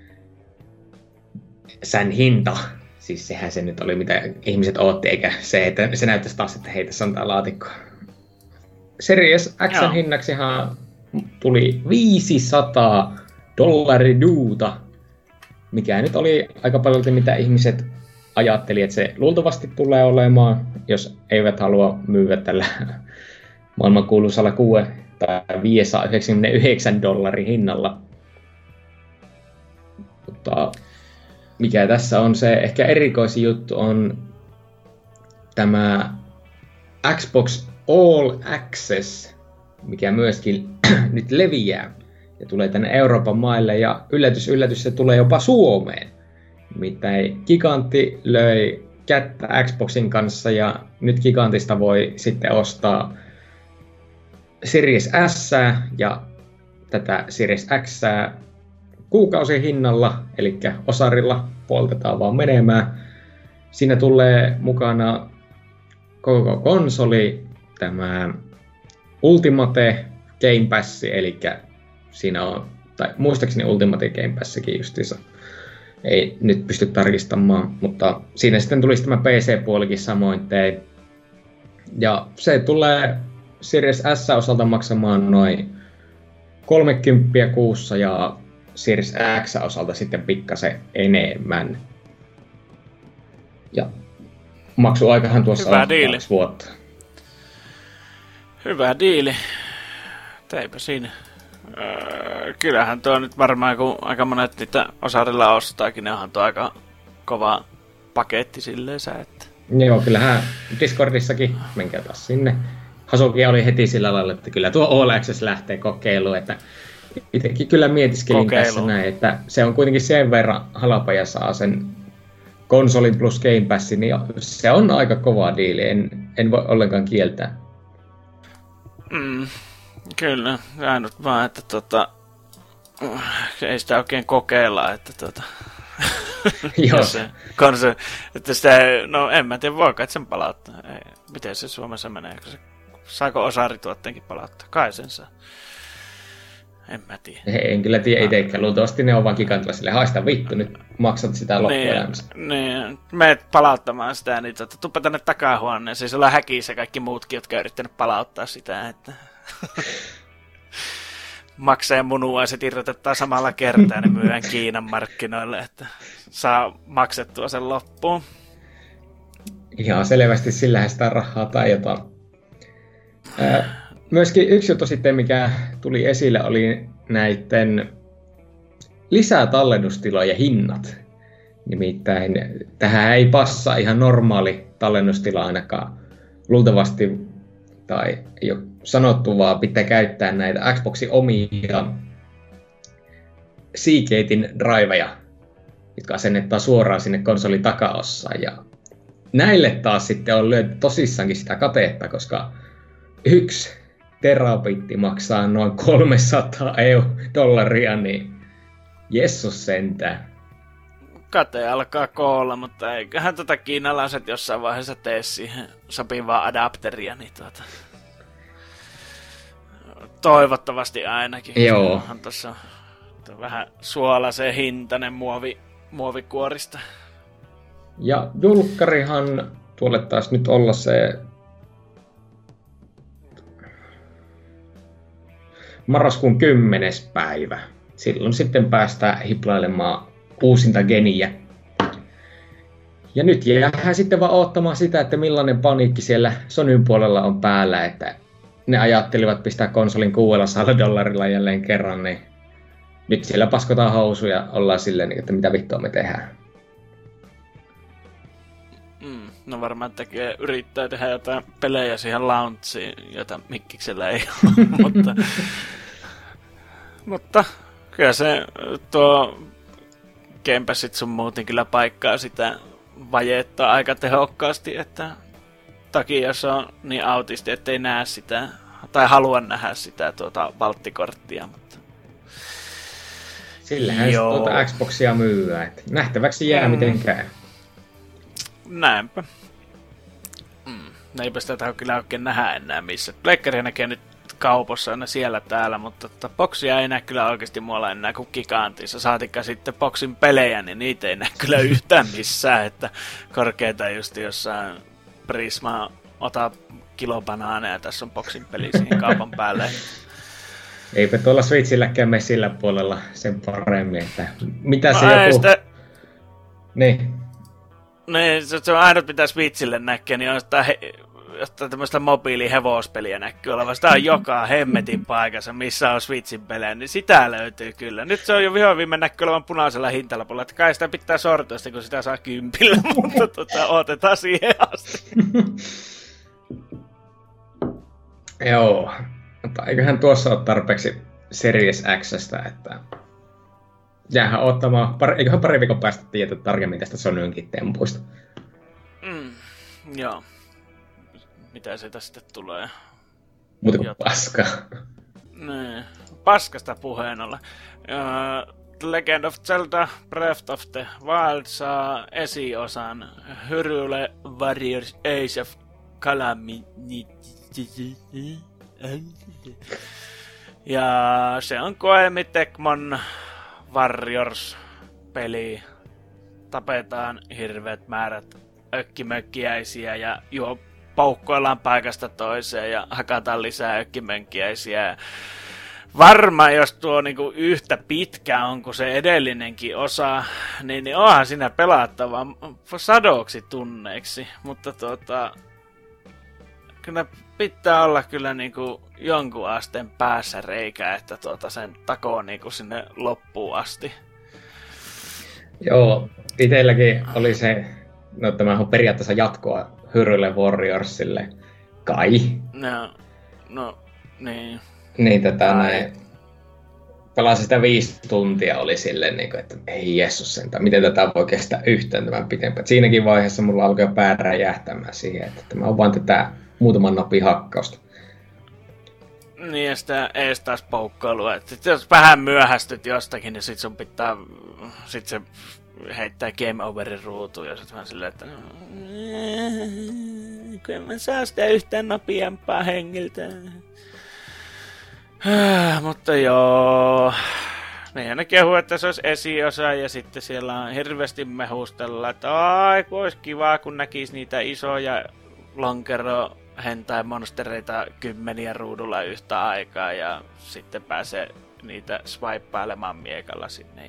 S3: Sen hinta. Siis sehän se nyt oli, mitä ihmiset ootti, eikä se, että se näyttäisi taas, että hei, tässä on tää laatikko. Series X:n hinnaksihan tuli viisisataa dollari duuta, mikä nyt oli aika paljon, mitä ihmiset ajatteli, että se luultavasti tulee olemaan, jos eivät halua myydä tällä maailmankuuluisalla kuusi tai viisisataayhdeksänkymmentäyhdeksän dollarin hinnalla. Mutta mikä tässä on se ehkä erikoisin juttu on tämä Xbox All Access, mikä myöskin nyt leviää ja tulee tänne Euroopan maille ja yllätys, yllätys, se tulee jopa Suomeen. Nimittäin Gigantti löi kättä Xboxin kanssa ja nyt Gigantista voi sitten ostaa Series S ja tätä Series X kuukausihinnalla, eli osarilla poltetaan vaan menemään. Siinä tulee mukana koko konsoli, tämä Ultimate Game Pass, eli siinä on, tai muistaakseni Ultimate Game Passikin justiinsa. Ei nyt pysty tarkistamaan, mutta siinä sitten tulisi tämä P C-puolikin samoin tein. Ja se tulee Series S osalta maksamaan noin kolmekymmentä kuussa ja Series X osalta sitten pikkasen enemmän. Ja maksuaikahan tuossa
S2: hyvä
S3: on
S2: diili.
S3: kaksi vuotta.
S2: Hyvä diili. Teipä siinä. Öö, kyllähän tuo nyt varmaan, kun aika monet niitä osarilla ostaakin, ne onhan tuo aika kova paketti silleensä, että...
S3: Joo, kyllähän Discordissakin, menkää taas sinne. Hasuki oli heti sillä lailla, että kyllä tuo All Access lähtee kokeiluun, että itsekin kyllä mietiskelin Kokeilu. tässä näin, että se on kuitenkin sen verran halpa ja saa sen konsolin plus Game Passin, niin se on aika kova diili, en, en voi ollenkaan kieltää.
S2: Mm, kyllä, ainut vaan, että tota, ei sitä oikein kokeilla, että tota...
S3: Joo.
S2: se, konso, että sitä, no en mä tiedä, voiko et sen palauttaa. Ei, miten se Suomessa menee? Se, saako osarituotteenkin palauttaa? Kai sen saa. En mä tiedä.
S3: En kyllä tiedä itsekään. Luultavasti ne on vaan Gigantilla sille, haista vittu, nyt maksat sitä loppuelämässä.
S2: Niin, niin. Meet palauttamaan sitä, niin tota, tuppa tänne takahuoneen. Siis ollaan häkissä kaikki muutkin, jotka on yrittänyt palauttaa sitä, että... Maksajan munuaiset irrotetaan samalla kertaa ja ne myydään Kiinan markkinoille, että saa maksettua sen loppuun.
S3: Ihan selvästi sillähän sitä rahaa taiotaan. Myöskin yksi juttu sitten, mikä tuli esille, oli näiden lisätallennustilojen hinnat. Nimittäin tähän ei passaa ihan normaali tallennustila ainakaan luultavasti, tai ei ole sanottu, vaan pitää käyttää näitä Xboxin omia Seagatein driveja, jotka asennetaan suoraan sinne konsolin takaossaan. Ja näille taas sitten on lyöty tosissaankin sitä katetta, koska yksi terabitti maksaa noin kolmesataa dollaria, niin jessus sentään.
S2: Kate alkaa koolla, mutta eiköhän tota kiinalaiset jossain vaiheessa tee siihen sopivaa adapteria, niin tuota... Toivottavasti ainakin.
S3: Joo.
S2: Onhan tossa vähän suolaisen hintainen muovi, muovikuorista.
S3: Ja julkkarihan tuolle taas nyt olla se marraskuun kymmenes päivä. Silloin sitten päästään hiplailemaan uusinta geniä. Ja nyt jäähän sitten vaan odottamaan sitä, että millainen paniikki siellä Sonyn puolella on päällä, että ne ajattelivat pistää konsolin kuusisataa dollarilla jälleen kerran, niin nyt siellä paskotaan housuja, ollaan silleen, että mitä vittua me tehdään.
S2: Mm, no varmaan tekee, yrittää tehdä jotain pelejä siihen launchiin, jota Mikkiksellä ei ole, mutta, mutta kyllä se tuo Game Passit sun muutin kyllä paikkaa sitä vajetta aika tehokkaasti, että takia jos on niin autisti, ettei näe sitä, tai halua nähdä sitä tuota valttikorttia, mutta...
S3: Sillähän Joo. se tuota Xboxia myyä, että nähtäväksi jää mm. miten käy.
S2: Näinpä. Mm. Eipä sitä kyllä oikein nähdä enää missä. Pleikkaria näkee nyt kaupossa aina siellä täällä, mutta tota, boksia ei näe kyllä oikeasti muualla enää kuin Gigantissa. Saatikka sitten boksin pelejä, niin niitä ei näe kyllä yhtään missään, että korkeita just jossain Prisma ota kilo banaaneja, tässä on boksin peli siihen kaupan päälle.
S3: Eipä tuolla Switchilläkään mene sillä puolella sen paremmin, että mitä se
S2: no,
S3: joku...
S2: Sitä...
S3: Niin.
S2: Niin, se, se on ainut mitä Switchille näkee, niin on jostain, he... jostain tämmöistä mobiilihevospeliä näkyy olevan. Sitä on joka hemmetin paikassa, missä on Switchin pelejä, niin sitä löytyy kyllä. Nyt se on jo vihoin viime näkyy olevan punaisella hintalapulla, että kai sitä pitää sortua, kun sitä saa kympillä, mutta tota, otetaan siihen asti.
S3: Joo, mutta eiköhän tuossa ole tarpeeksi Series X:stä, että jäähän ottamaan, pari, eiköhän pari viikon päästä tietää tarkemmin tästä Sonynkin tempuista.
S2: Mm, joo. Mitä sitä sitten tulee?
S3: Muuta kuin paskaa.
S2: Nee. Paskasta puheen ollen. Uh, Legend of Zelda Breath of the Wild saa esiosan Hyrule Warriors Age of Calamity. Ja se on Koemi Tecmon Warriors-peli. Tapetaan hirveät määrät ökkimökkiäisiä ja juo poukkoillaan paikasta toiseen ja hakataan lisää ökkimökkiäisiä. Varmaan jos tuo niinku yhtä pitkä on kuin se edellinenkin osa, niin, niin onhan siinä pelattava sadoksi tunneiksi, mutta tuota... Kyllä pitää olla kyllä niinku jonkun asteen päässä reikä, että tuota sen takoo niinku sinne loppuun asti.
S3: Joo, itselläkin oli se, no tämä on periaatteessa jatkoa Hyrule Warriorsille, kai.
S2: No, no, niin.
S3: Niin tätä näin. Pelasin sitä viisi tuntia, oli silleen, niin kuin, että ei jessus sentään, miten tätä voi kestää yhtään tämän pitempään. Siinäkin vaiheessa mulla alkoi pää räjähtämään siihen, että tämä on vaan tätä muutaman napin hakkausta.
S2: Niin, ja sitä ees taas poukkoilua. Että jos vähän myöhästyt jostakin, niin sit sun pitää, sit se heittää game overin ruutuun, ja sit vaan silleen, että kun en mä saa sitä yhtään nopeampaa hengiltä. Mutta joo, meidän ne kehuu, että se olisi esiosa ja sitten siellä on hirveästi mehustella, että ai kun olisi kivaa kun näkisi niitä isoja lonkero hentai monstereita kymmeniä ruudulla yhtä aikaa ja sitten pääsee niitä swipeilemaan miekalla sinne.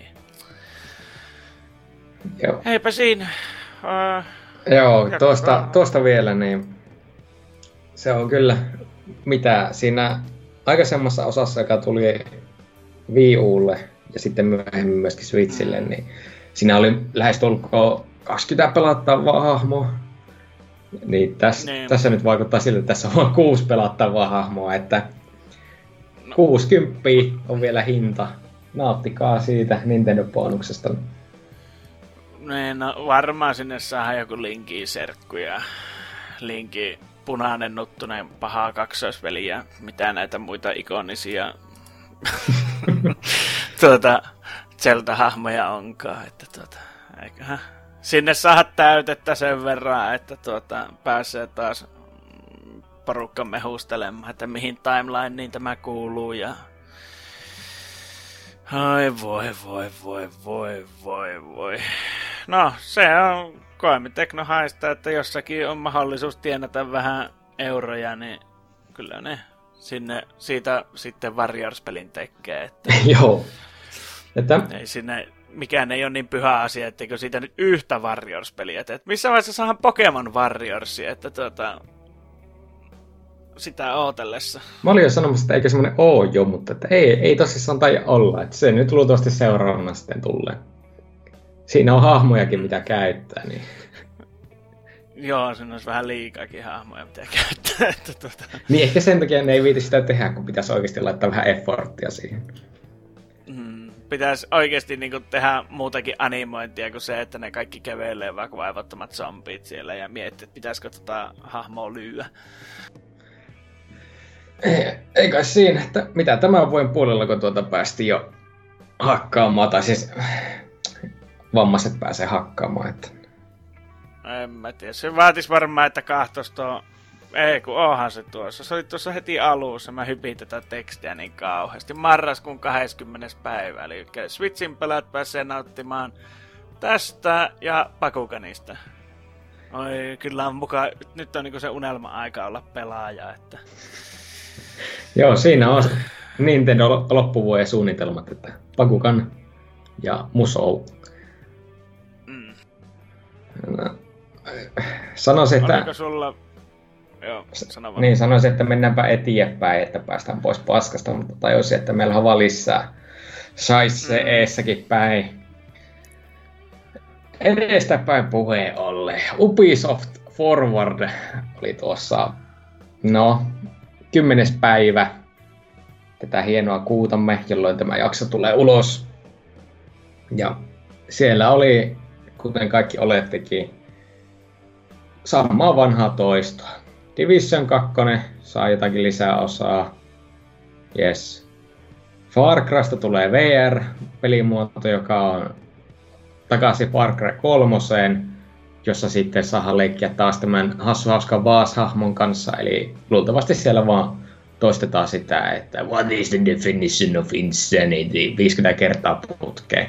S3: Joo.
S2: Heipä siinä. Uh,
S3: joo, tuosta, tuosta vielä niin se on kyllä mitä siinä aikaisemmassa osassa, joka tuli Wii Ulle ja sitten myöhemmin myöskin Switchille, niin siinä oli lähestulkoon kaksikymmentä pelattavaa hahmoa. Niin, täs,
S2: niin.
S3: Tässä nyt vaikuttaa siltä, että tässä on vain kuusi pelattavaa hahmoa, että no. kuusikymmentä on vielä hinta. Nauttikaa siitä Nintendo-bonuksesta.
S2: Niin, no varmaan sinne saadaan joku Linkin serkku ja Linkin punainen nuttunen pahaa kaksoisveli ja mitä näitä muita ikonisia tuota, Zelda-hahmoja onkaan. Että tuota, eiköhän sinne saada täytettä sen verran, että tuota, pääsee taas porukka mehustelemaan, että mihin timelineen tämä kuuluu ja ai voi, voi, voi, voi, voi, voi. No, se on Koemi-Tekno haista, että jossakin on mahdollisuus tienata vähän euroja, niin kyllä ne sinne siitä sitten Warriors-pelin tekee. Että
S3: Joo. Että
S2: ei sinne, mikään ei ole niin pyhä asia, etteikö siitä nyt yhtä Warriors-peliä. Että missä vaiheessa saadaan Pokemon Warriorsia, että tuota, sitä ootellessa.
S3: Mä olin jo sanomassa, että eikö semmonen oo jo, mutta että ei, ei tosissaan tai olla. Että se nyt luultavasti seuraavana sitten tulee. Siinä on hahmojakin, mitä käyttää, niin
S2: Joo, siinä olisi vähän liikaakin hahmoja, mitä käyttää. Että tuota.
S3: Niin ehkä sen takia ne ei viiti sitä tehdä, kun pitäisi oikeasti laittaa vähän efforttia siihen.
S2: Mm, pitäisi oikeasti niin kuin, tehdä muutakin animointia kuin se, että ne kaikki kävelee vaikka vaivattomat zombit siellä ja miettii, että pitäisikö tota hahmoa lyödä.
S3: Ei, ei kai siinä, että mitä tämän vuoden puolella, kun tuota päästiin jo hakkaamaan, tai siis vammaiset pääsee hakkaamaan, että
S2: En mä tiedä. Se vaatis varmaan, että kahtos tuo. Ei kun onhan se tuossa. Se oli tuossa heti alussa. Mä hypin tätä tekstiä niin kauheasti. Marraskuun kahdeskymmenes päivä. Eli Switchin pelaat pääsee nauttimaan tästä ja Bakuganista. Oi, kyllä on mukaan. Nyt on niinku se unelma-aika olla pelaaja. Että
S3: joo, siinä on Nintendo loppuvuoden suunnitelmat, että Bakugan ja Musou.
S2: Mm.
S3: No, sanoisin, että
S2: Oliko sulla joo, sano vaan.
S3: Niin, sanoisin, että mennäänpä eteenpäin, että päästään pois paskasta, mutta tajusin, että meillä on lisää. Sais se mm. eessäkin päin. Edestäpäin puheen ollen. Ubisoft Forward oli tuossa, no, kymmenes päivä tätä hienoa kuutamme, jolloin tämä jakso tulee ulos. Ja siellä oli, kuten kaikki olettekin, samaa vanhaa toistoa. Division kaksi saa jotakin lisää osaa. Yes. Far Crysta tulee V R-pelimuoto, joka on takaisin Far Cry kolmoseen, jossa sitten saa leikkiä taas tämän hassu hauskan Vaas-hahmon kanssa. Eli luultavasti siellä vaan toistetaan sitä, että what is the definition of insanity viisikymmentä kertaa putkeen.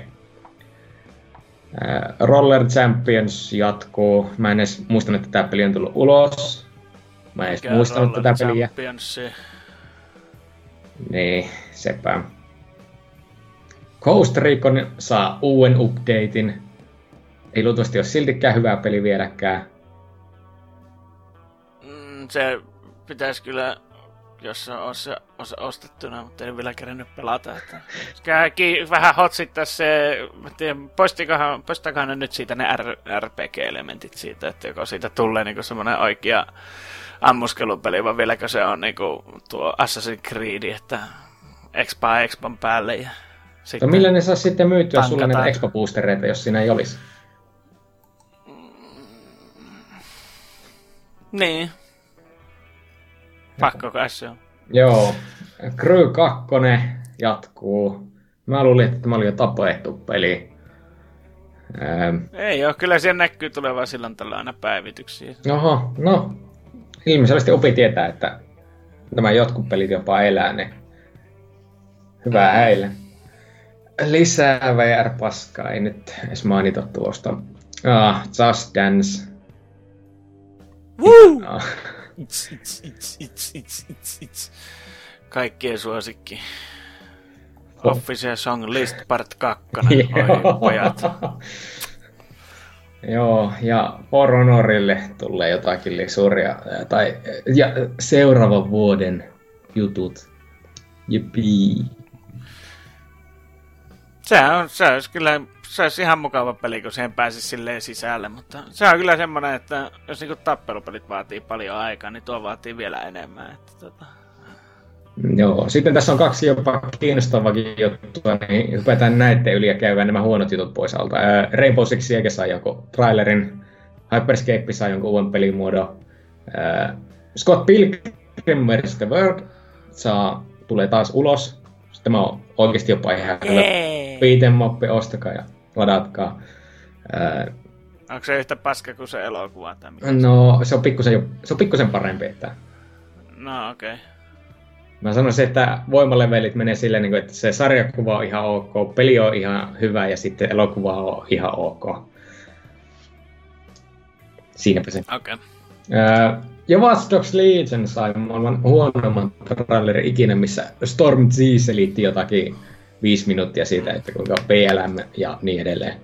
S3: Roller Champions jatkuu. Mä en edes muistanut, että tämä peli on tullut ulos. Mä en edes
S2: Mikä
S3: muistanut
S2: Roller
S3: tätä peliä.
S2: Championsi?
S3: Niin, sepä. Ghost Recon saa uuden updatein. Ei luultavasti ole siltikään hyvää peli vieläkään.
S2: Mm, se pitäisi kyllä, jos se on os- os- ostettuna, mutta en vielä kerennyt pelata. Että Käki vähän hotsittaa se, mä tiedän, poistikahan, poistakahan ne nyt siitä ne R- R P G-elementit siitä, että joko siitä tulee niinku semmonen oikea ammuskelupeli, vaan vieläkö se on niinku tuo Assassin's Creed, että Expa Expan päälle ja
S3: sitten no millä ne saa sitten myytyä
S2: tankataan
S3: sulle näitä Expo-boostereita, jos siinä ei olisi?
S2: Niin. Pakko kai se on.
S3: Joo. Crew kaksi jatkuu. Mä luulin, että tämä oli jo tapettu peli. Ähm.
S2: Ei oo, kyllä siellä näkyy tulevaa silloin tällä aina päivityksiä.
S3: Oho, no. Ilmeisesti Upi tietää, että nämä jotkut pelit jopa elää, ne. Hyvää heille. Lisää V R-paskaa, ei nyt edes mainita tuosta. Ah, Just Dance.
S2: Woo!
S3: Ah.
S2: It's, it's, it's, it's, it's, it's, it's. Kaikkien suosikki. Official Song List Part kaksi. Oi pojat.
S3: Joo, ja For Honorille tulee jotakin lisuria. Tai ja seuraavan vuoden jutut. Jipii.
S2: Sehän on, se olisi kyllä, se olisi ihan mukava peli, kun siihen pääsisi silleen sisälle, mutta se on kyllä semmoinen, että jos niinku tappelupelit vaatii paljon aikaa, niin tuo vaatii vielä enemmän, että tota...
S3: Joo, sitten tässä on kaksi jopa kiinnostavakin juttua, niin hypätään näiden yli ja käydään nämä huonot jutut pois alta. Ää, Rainbow Six Siege saa jonkun trailerin, Hyperscape saa jonkun uuden pelimuodon, ää, Scott Pilgrim versus the World saa, tulee taas ulos. Tämä on oikeasti jopa ihan hyvä beat'em up, ostakaa ja ladatkaa. Ää,
S2: Onko se yhtä paska kuin se elokuva? Tai mikä
S3: no, se on pikkusen, se on pikkusen parempi, että...
S2: No, okei. Okay.
S3: Mä sanoisin, että voimalevelit menee silleen, että se sarjakuva on ihan ok, peli on ihan hyvä ja sitten elokuva on ihan ok. Siinäpä se.
S2: Okei.
S3: Okay. Ja Watch Dogs Legion sai maailman huonomman trailerin ikinä, missä Storm Z selitti jotakin viisi minuuttia siitä, että kuinka P L M ja niin edelleen.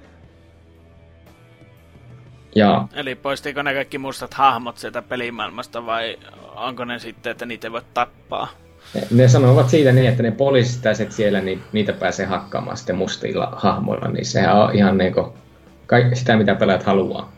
S3: Ja...
S2: Eli poistiiko ne kaikki mustat hahmot sieltä pelimaailmasta vai onko ne sitten, että niitä ei voi tappaa?
S3: Ne, ne sanovat siitä niin, että ne poliisistäiset siellä, niin niitä pääsee hakkaamaan sitten mustilla hahmoilla, niin sehän on ihan niinku kaikki sitä, mitä pelaajat haluaa.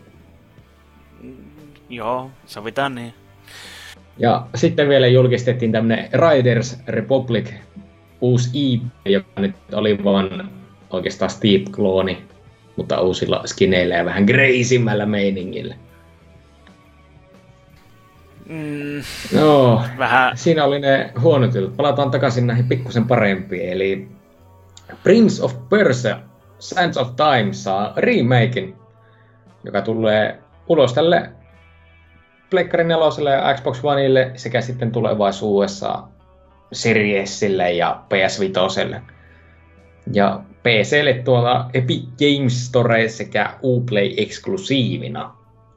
S2: Joo, sovitaan niin.
S3: Ja sitten vielä julkistettiin tämmönen Riders Republic uusi I P, joka nyt oli vaan oikeastaan Steep-klooni, mutta uusilla skineillä ja vähän crazymällä meiningillä.
S2: Mm,
S3: no,
S2: vähän.
S3: Siinä oli ne huonot jutut. Palataan takaisin näihin pikkusen parempiin. Eli Prince of Persia Sands of Time saa remaken, joka tulee ulos tälle Pleikkari neloselle ja Xbox Oneille sekä sitten tulevaisuudessa Seriesille ja P S Vitoselle. Ja P C:lle tuolla Epic Games Store sekä Uplay-eksklusiivina.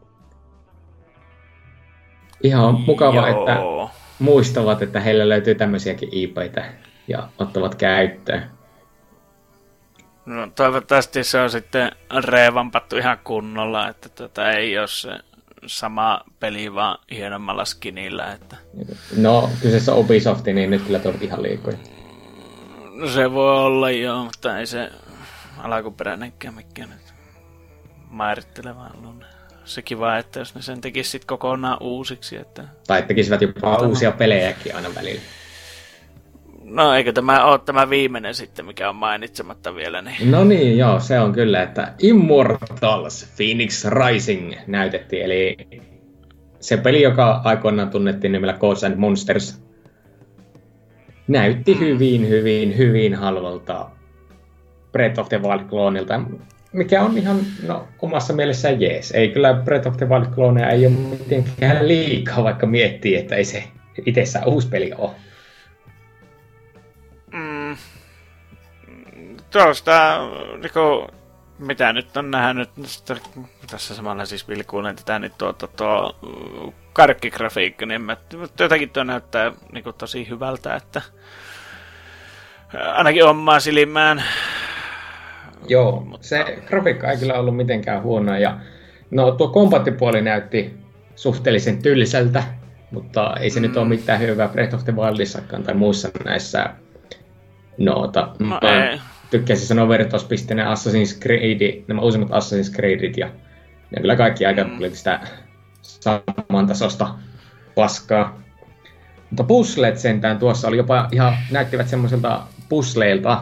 S3: Ihan mukava,
S2: Joo.
S3: että muistavat, että heillä löytyy tämmöisiäkin I P:itä ja ottavat käyttöön.
S2: No, toivottavasti se on sitten revampattu ihan kunnolla, että tota ei ole se sama peli vaan hienommalla skinillä. Että...
S3: No, kyseessä on Ubisoft, niin nyt kyllä toivot ihan liikoja.
S2: No se voi olla joo, mutta ei se alkuperäinenkään mikään nyt määrittelevä ollut. Se kiva, että jos ne sen tekis sit kokonaan uusiksi. Että...
S3: Tai tekisivät jopa tämä... uusia pelejäkin aina välillä.
S2: No eikö tämä ole tämä viimeinen sitten, mikä on mainitsematta vielä? Niin...
S3: No niin, joo, se on kyllä, että Immortals Phoenix Rising näytettiin. Eli se peli, joka aikoinaan tunnettiin nimellä Gods and Monsters, näytti hyvin, hyvin, hyvin halvalta Breath of the Wild-kloonilta, mikä on ihan no, omassa mielessään jees. Ei kyllä Breath of the Wild-klooneja ei ole mitenkään liikaa, vaikka miettii, että ei se itsessään uusi peli ole.
S2: Mm. Tuosta, niinku, mitä nyt on nähnyt, tässä samalla siis vilkuulen tätä nyt tuota, tuo karkkigrafiikka, niin mä, jotenkin tuo näyttää niinku, tosi hyvältä, että ainakin omaa silmään.
S3: Joo,
S2: mutta...
S3: se grafiikka ei kyllä ollut mitenkään huono, ja no tuo kombattipuoli näytti suhteellisen tylsältä, mutta ei se mm. nyt ole mitään hyvää Breath of the Wildissakaan tai muissa näissä noota.
S2: No
S3: mä tykkäsin sanoa vertauspisteinen Assassin's Creed, nämä uusimmat Assassin's Creedit, ja ne kyllä kaikki aika mm. tuli sitä samantasosta paskaa. Mutta puzzlet sentään tuossa oli jopa ihan, näyttivät semmoiselta puzzleilta.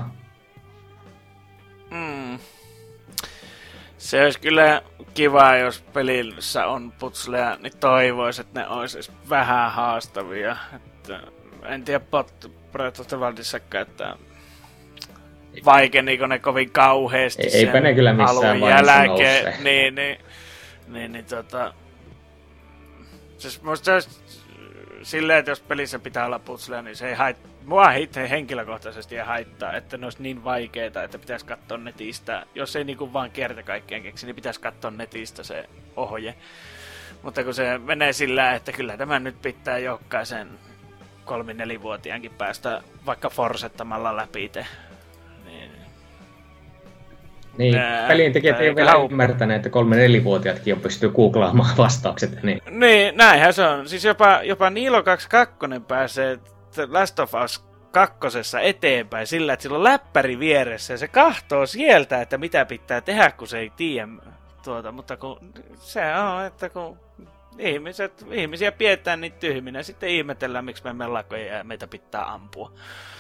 S2: Mm. Se olisi kyllä kiva, jos pelissä on puzzleja, niin toivoisi, että ne olisi vähän haastavia. Että, en tiedä Breath of the Wildissakaan, että vaikeniko ne kovin kauheasti
S3: Ei, sen ne kyllä missään
S2: jälkeen. Niin, niin, niin, niin tota... Siis musta se olisi silleen, että jos pelissä pitää olla puzzleja, niin se ei haittaa. Mua itse henkilökohtaisesti ei haittaa, että ne olisi niin vaikeita, että pitäisi katsoa netistä. Jos ei niinku vaan kerta kaikkien keksi, niin pitäisi katsoa netistä se ohje. Mutta kun se menee sillä, että kyllä tämä nyt pitää jokaisen kolmi-nelivuotiaankin päästä vaikka forsettamalla läpi itse. Niin,
S3: niin pelin tekijät ei ole vielä ymmärtäneet, että kolme-nelivuotiaatkin jo pystyy googlaamaan vastaukset. Niin,
S2: niin näinhän se on. Siis jopa, jopa Nilo kaksikymmentäkaksi pääsee Last of Us kakkosessa eteenpäin sillä, että sillä on läppäri vieressä ja se kahtoo sieltä, että mitä pitää tehdä, kun se ei tiedä tuota, mutta kun se on, että kun ihmiset, ihmisiä pidetään niin tyhminä, sitten ihmetellään, miksi me emme lakoja ja meitä pitää ampua.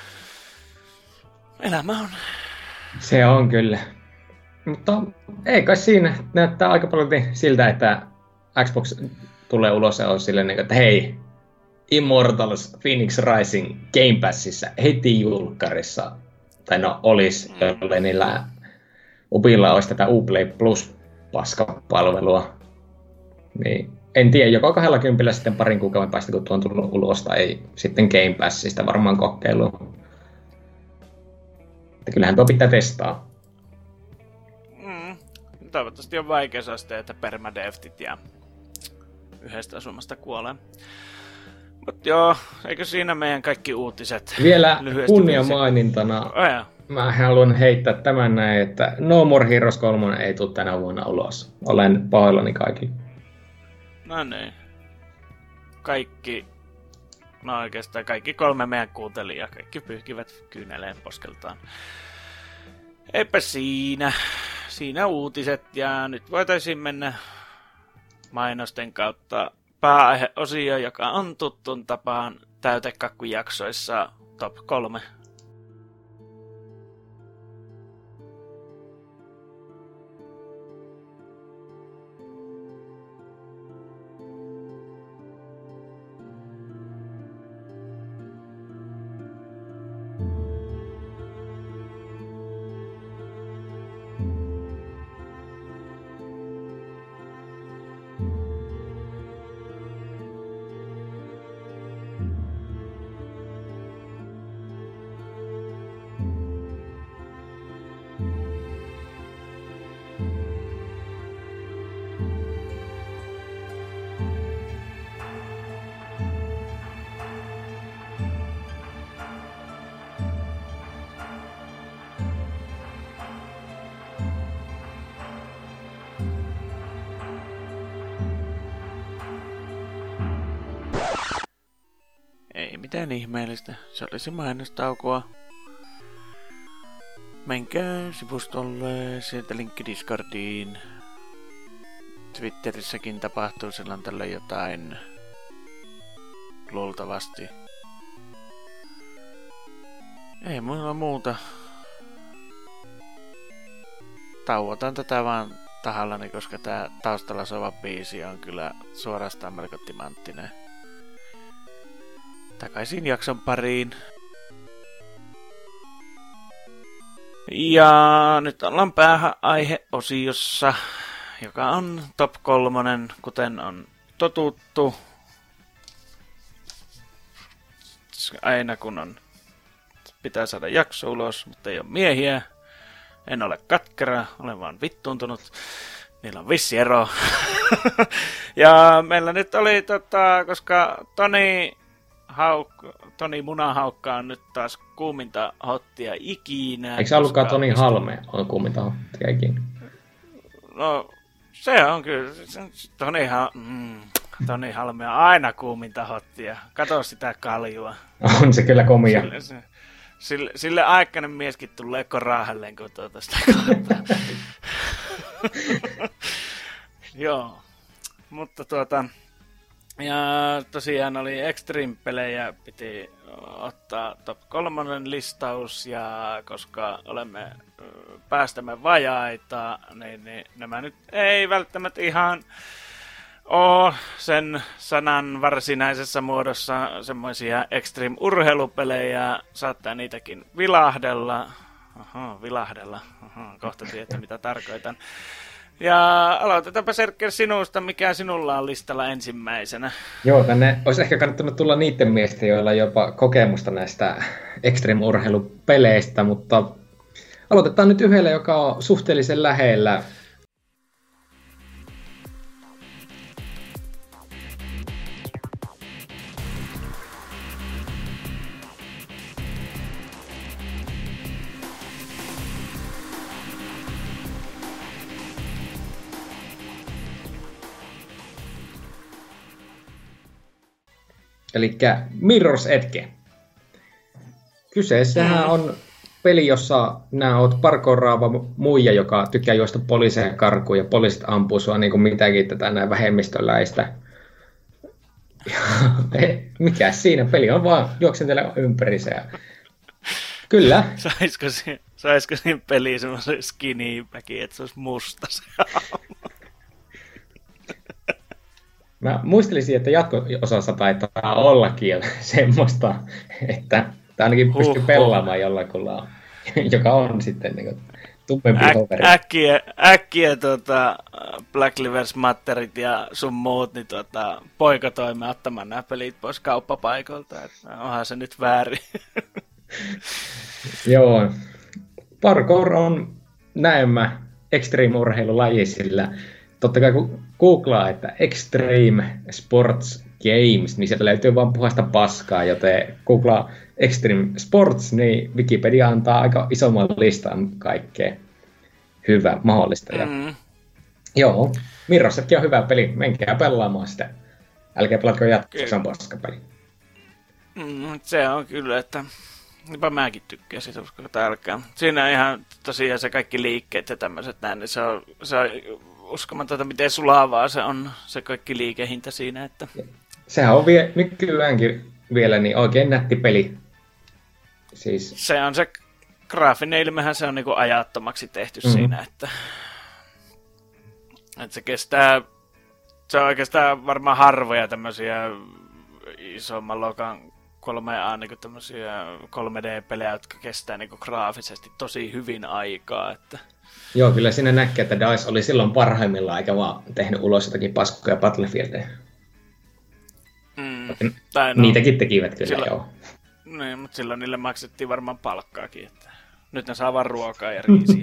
S2: Elämä on.
S3: Se on kyllä. Mutta ei kai siinä. Näyttää aika paljon siltä, että Xbox tulee ulos ja on silleen, että hei, Immortals Phoenix Rising Game Passissa heti julkkarissa. Tai no olis, jollei niillä Ubilla olisi tätä Uplay Plus paskapalvelua. Niin en tiedä, joko kahdella kympillä sitten parin kuukauden päästä, kun tuo on tullut ulos, tai ei sitten Game Passista varmaan kokeilu. Että kyllähän tuo pitää testaa.
S2: Mm, toivottavasti on vaikeusaste, että permadeftit ja yhdestä asumasta kuolee. Mutta joo, eikö siinä meidän kaikki uutiset?
S3: Vielä kunnia mainintana.
S2: Oh,
S3: mä haluan heittää tämän näin, että No More Heroes kolme ei tule tänä vuonna ulos. Olen pahoillani kaikille.
S2: No niin. Kaikki, no oikeastaan kaikki kolme meidän kuuntelijaa, kaikki pyyhkivät kyyneleen poskeltaan. Eipä siinä. Siinä uutiset ja nyt voitaisiin mennä mainosten kautta pääaiheosio, joka on tuttuun tapaan täytekakkujaksoissa top kolme. Ei mitään ihmeellistä, se olisi mainostaukoa. Menkää sivustolle, sieltä linkki Discordiin. Twitterissäkin tapahtuu silloin tällä jotain. Luultavasti. Ei mulla muuta. Tauotan tätä vaan tahallani, koska tää taustalla soiva biisi on kyllä suorastaan melko timanttinen. Takaisin jakson pariin. Ja nyt ollaan pääaiheosiossa, joka on top kolmonen, kuten on totuttu. Aina kun on, pitää saada jakso ulos, mutta ei ole miehiä. En ole katkera, olen vaan vittuuntunut. Niillä on vissi ero. Ja meillä nyt oli, tota, koska Toni... Hauk- Toni Munahaukka on nyt taas kuuminta hottia ikinä.
S3: Eikö se ollutkaan Toni Halme on kuuminta hottia ikinä?
S2: No, se on kyllä. Toni, ha- mm, Toni Halme on aina kuuminta hottia. Kato sitä kaljua.
S3: On se kyllä komia.
S2: Sille, se, sille, sille aikainen mieskin tulee koraahalleen, kun tuota sitä kaljaa. Joo, mutta tuota... Ja tosiaan oli Extreme-pelejä, piti ottaa top kolmonen listaus, ja koska olemme päästämme vajaita, niin, niin nämä nyt ei välttämättä ihan ole sen sanan varsinaisessa muodossa semmoisia Extreme-urheilupelejä, saattaa niitäkin vilahdella. Oho, vilahdella. Oho, kohta tiedätte mitä tarkoitan. Ja aloitetaanpa Serker sinusta, mikä sinulla on listalla ensimmäisenä.
S3: Joo, tänne olisi ehkä kannattanut tulla niiden miesten, joilla on jopa kokemusta näistä Extreme-urheilupeleistä, mutta aloitetaan nyt yhdellä, joka on suhteellisen lähellä. Elikkä Mirror's Edge. Kyseessähän mm. on peli, jossa nämä oot parkouraava muija, joka tykkää juosta poliiseja karkuun ja poliisit ampuu sua niin kuin mitäkin tätä näin vähemmistöläistä. Mikä siinä? Peli on vaan juoksentele ympärissä. Ja... Kyllä.
S2: Saisiko siinä, saisiko siinä peliin semmoisen skinny-päkin, että se olisi musta se
S3: Mä muistelisin, että jatko-osassa taitaa ollakin semmoista, että tämä ainakin pystyy huh, pelaamaan huh. jollakulla, joka on sitten niin tummempi Äk, hoveri.
S2: Äkkiä, äkkiä tota Black Lives Matterit ja sun muut, niin tota, poikatoimme ottamaan nämä pelit pois kauppapaikoilta. Että onhan se nyt väärin.
S3: Joo. Parkour on näemmä extreme-urheilulaji, sillä totta kai kun googlaa, että Extreme Sports Games, niin sieltä löytyy vaan puhasta paskaa, joten googlaa Extreme Sports, niin Wikipedia antaa aika isomman listan kaikkea hyvää mahdollista. Ja mm. Joo, Mirrorsetkin on hyvä peli, menkää pelaamaan sitä. Älkää pelatko jatkossa, se on paskapeli.
S2: Mm, se on kyllä, että jopa mäkin tykkään siitä, koska älkää. Siinä on ihan tosiaan se kaikki liikkeet ja tämmöiset näin, niin se on, se on uskomatonta, miten sulavaa se on, se kaikki liikehinta siinä. Että...
S3: Sehän on vie, nykyäänkin vielä niin oikein nätti peli. Siis...
S2: Se on se graafinen ilmehän, se on niinku ajattomaksi tehty mm-hmm. siinä, että... että se kestää, se on oikeastaan varmaan harvoja tämmöisiä isomman luokan kolme A niin tämmöisiä kolme D-pelejä, jotka kestää niin graafisesti tosi hyvin aikaa, että...
S3: Joo, kyllä siinä näkee, että DICE oli silloin parhaimmillaan, eikä vaan tehnyt ulos jotakin paskoja Battlefieldeja.
S2: Mm, tai no,
S3: niitäkin tekivät kyllä,
S2: silloin,
S3: joo.
S2: Niin, mutta silloin niille maksettiin varmaan palkkaakin, että nyt ne saa vaan ruokaa ja riisiä.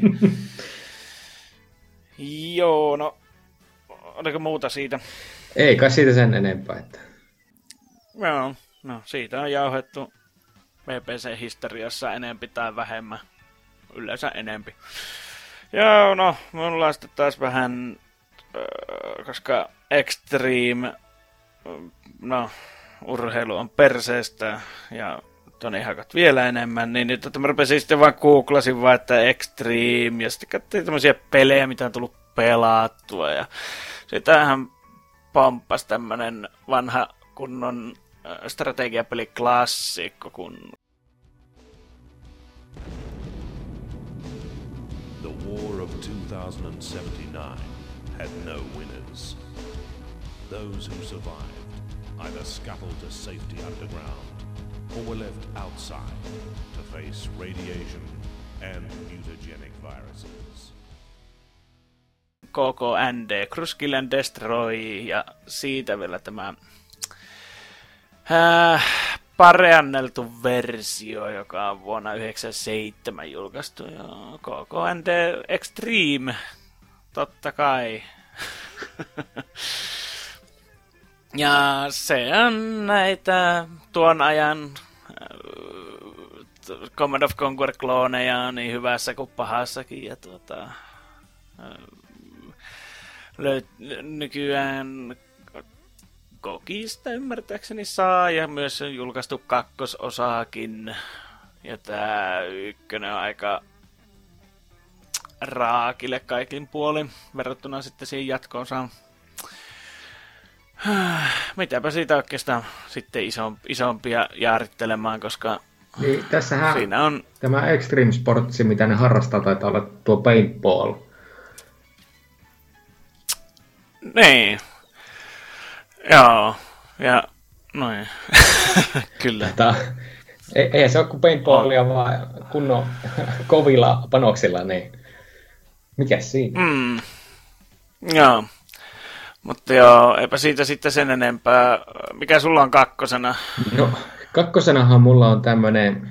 S2: Joo, no, oliko muuta siitä?
S3: Ei kai siitä sen enempää, että...
S2: Joo, no siitä on jauhettu V P C-historiassa enempi tai vähemmän, yleensä enempi. Joo, no, mulla on sitten taas vähän, koska Extreme, no, urheilu on perseestä ja Tony Hawkot vielä enemmän, niin nyt että mä rupesin sitten vaan googlasin vaan, että Extreme, ja sitten katsoin tämmöisiä pelejä, mitä on tullut pelattua, ja sitähän pomppasi tämmönen vanha kunnon strategiapeli klassikko, kun
S4: The War of two thousand seventy-nine had no winners. Those who survived either scuttled to safety underground or were left outside to face radiation and mutagenic viruses.
S2: K K N D, Cruise Kill and Destroy, ja siitä vielä tämä äh, paranneltu versio, joka on vuonna yhdeksänkymmentäseitsemän julkaistu. Ja K K N D Extreme, totta kai. Ja se on näitä tuon ajan äh, Command of Conquer-klooneja niin hyvässä kuin pahassakin. Ja tuota, äh, löyt- nykyään Kokista ymmärtääkseni saa, ja myös on julkaistu kakkososaakin. Ja tää ykkönen on aika raakille kaikin puolin verrattuna sitten siihen jatko-osaan. Mitäpä siitä oikeastaan sitten isompia jaarittelemaan, koska
S3: niin, tässähän
S2: siinä on
S3: tämä Extreme Sportsi, mitä ne harrastaa, taitaa olla tuo paintball.
S2: Niin. Joo. Ja noin. Kyllä.
S3: Tää, ei, ei se ole kuin paintballia, vaan kunnon kovilla panoksilla, niin mikäs siinä?
S2: Mm. Joo. Mutta joo, eipä siitä sitten sen enempää. Mikä sulla on kakkosena?
S3: No, kakkosenahan mulla on tämmönen...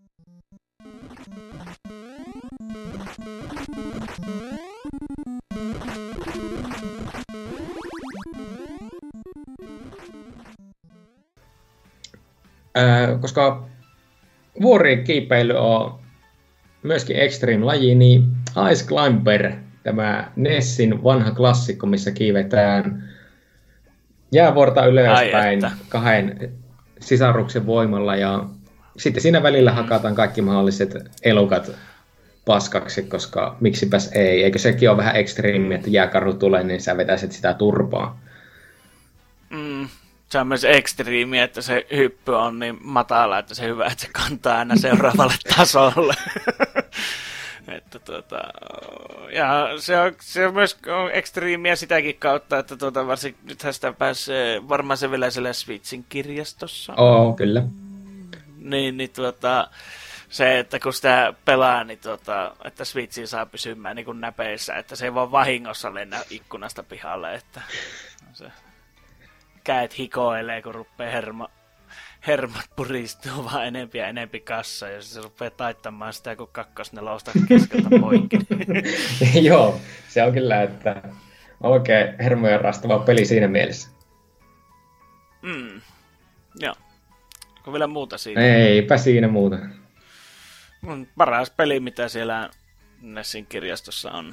S3: Öö, koska vuorikiipeily on myöskin extreme-laji, niin Ice Climber, tämä Nessin vanha klassikko, missä kiivetään jäävuorta ylöspäin kahden sisaruksen voimalla ja sitten siinä välillä hakataan kaikki mahdolliset elukat paskaksi, koska miksipäs ei. Eikö sekin ole vähän ekstriimi, että jääkarhu tulee, niin sä vetäisit sitä turpaa.
S2: Mm, se on myös ekstriimi, että se hyppy on niin matala, että se hyvä, että se kantaa aina seuraavalle tasolle. Että tuota, ja se on, se on myös on ekstriimiä sitäkin kautta, että tuota, varsinkin nythän sitä pääsee varmaan se vielä siellä Switchin kirjastossa.
S3: Oo, kyllä.
S2: Niin, niin tuota, se, että kun sitä pelaa, niin tuota, että Switchi saa pysymään niin kuin näpeissä, että se ei vaan vahingossa lennä ikkunasta pihalle, että se käet hikoilee, kun rupeaa hermo, hermot puristuu vaan enempi ja enempi kassa, ja se rupeaa taittamaan sitä, kun kakkosnelosta keskeltä poikki.
S3: Joo, se on kyllä, että oikein hermojen rastava peli siinä mielessä.
S2: Mm. Joo. Onko vielä muuta siitä?
S3: Eipä siinä muuta.
S2: On paras peli, mitä siellä Nessin kirjastossa on.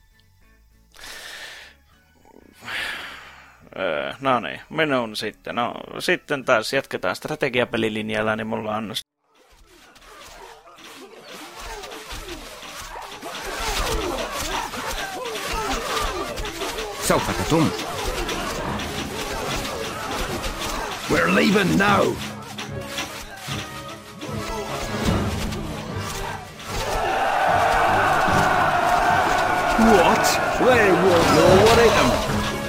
S2: Öö, no niin, minun sitten. No, sitten taas jatketaan strategiapelilinjalla, niin mulla on...
S5: Saukatetum. We're leaving now. What? They won't know what hit them.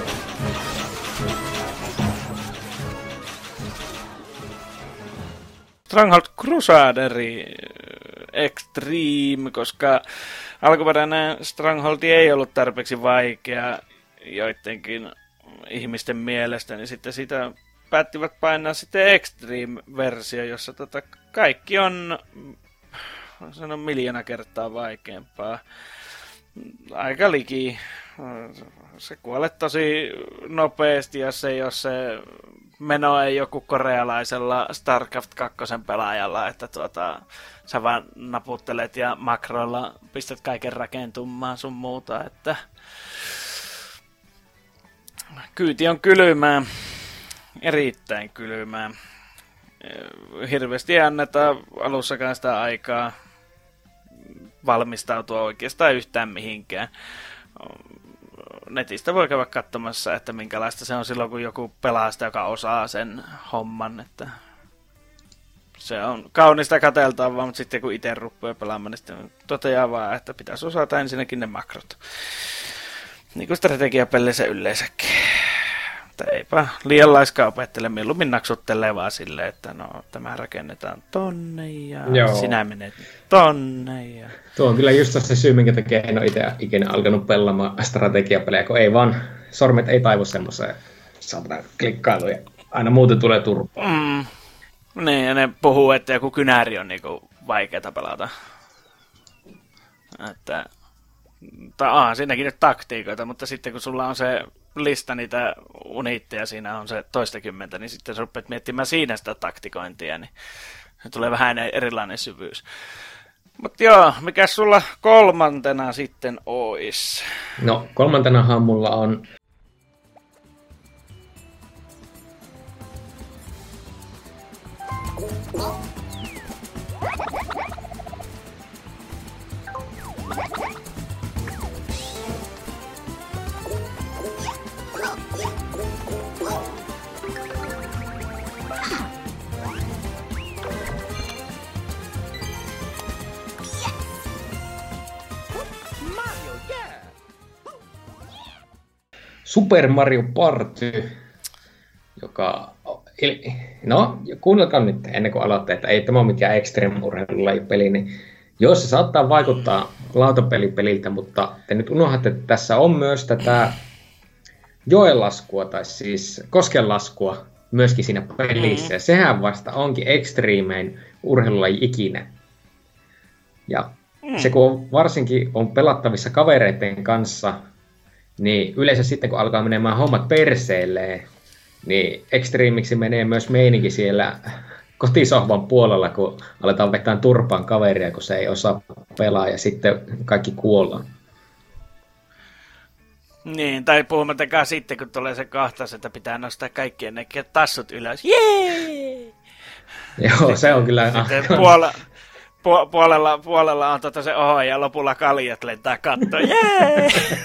S2: Stronghold Crusaderi Extreme, koska alkuperäinen Stronghold ei ollut tarpeeksi vaikea joidenkin ihmisten mielestä, niin sitten sitä päättivät painaa sitten Extreme-versio, jossa tota kaikki on, sanon miljoona kertaa vaikeampaa. Aika liki. Se kuolet tosi nopeasti, jos ei ole se meno ei joku korealaisella StarCraft kaksi pelaajalla, että tuota, sä vaan naputtelet ja makroilla pistät kaiken rakentumaan sun muuta, että kyyti on kylmää, erittäin kylmää. Hirveästi ei anneta alussakaan sitä aikaa valmistautua oikeastaan yhtään mihinkään. Netistä voi käydä katsomassa, että minkälaista se on silloin, kun joku pelaa sitä, joka osaa sen homman. Että se on kaunista katseltavaa, mutta sitten kun itse rupeaa pelaamaan, niin sitten toteaa vaan, että pitäisi osata ensinnäkin ne makrot. Niin kuin strategiapelissä yleensäkin. Mutta eipä liian laiskaa opettele, mieluummin naksuttelee vaan silleen, että no tämä rakennetaan tonne ja Joo. sinä menet tonne. Ja...
S3: Tuo on kyllä just se syy, minkä takia en ole itse ikinä alkanut pelaamaan strategiapelejä, kun ei vaan, sormet ei taivu semmoiseen saatana klikkailuun ja aina muuten tulee turpaa.
S2: Mm. Niin, ja ne puhuu, että joku kynäri on niinku vaikeata pelata. Että... Tai aha, siinäkin nyt taktiikoita, mutta sitten kun sulla on se lista niitä uniitteja, siinä on se toistakymmentä, niin sitten sä rupeat miettimään siinä sitä taktikointia, niin se tulee vähän erilainen syvyys. Mutta joo, mikä sulla kolmantena sitten ois?
S3: No, kolmantenahan mulla on... Super Mario Party, joka... No, kuunnelkaa nyt ennen kuin aloittaa, että ei tämä ole mikään extreme-urheilulajipeli, niin jos se saattaa vaikuttaa lautapelipeliltä, mutta te nyt unohdatte, että tässä on myös tätä joenlaskua, tai siis koskenlaskua myöskin siinä pelissä, ja sehän vasta onkin extremein urheilulaji ikinä. Ja se kun on, varsinkin on pelattavissa kavereiden kanssa, niin yleensä sitten kun alkaa menemään hommat perseelleen, niin ekstriimiksi menee myös meininki siellä kotisohvan puolella, kun aletaan vetää turpaan kaveria, kun se ei osaa pelaa ja sitten kaikki kuollaan.
S2: Niin, tai puhumattakaan sitten, kun tulee se kahtaus, että pitää nostaa kaikkien ne tassut ylös. Jee!
S3: Joo, se on kyllä...
S2: Sitten puole, pu, puolella, puolella on tota se oho ja lopulla kaljat lentää kattoon. Jee!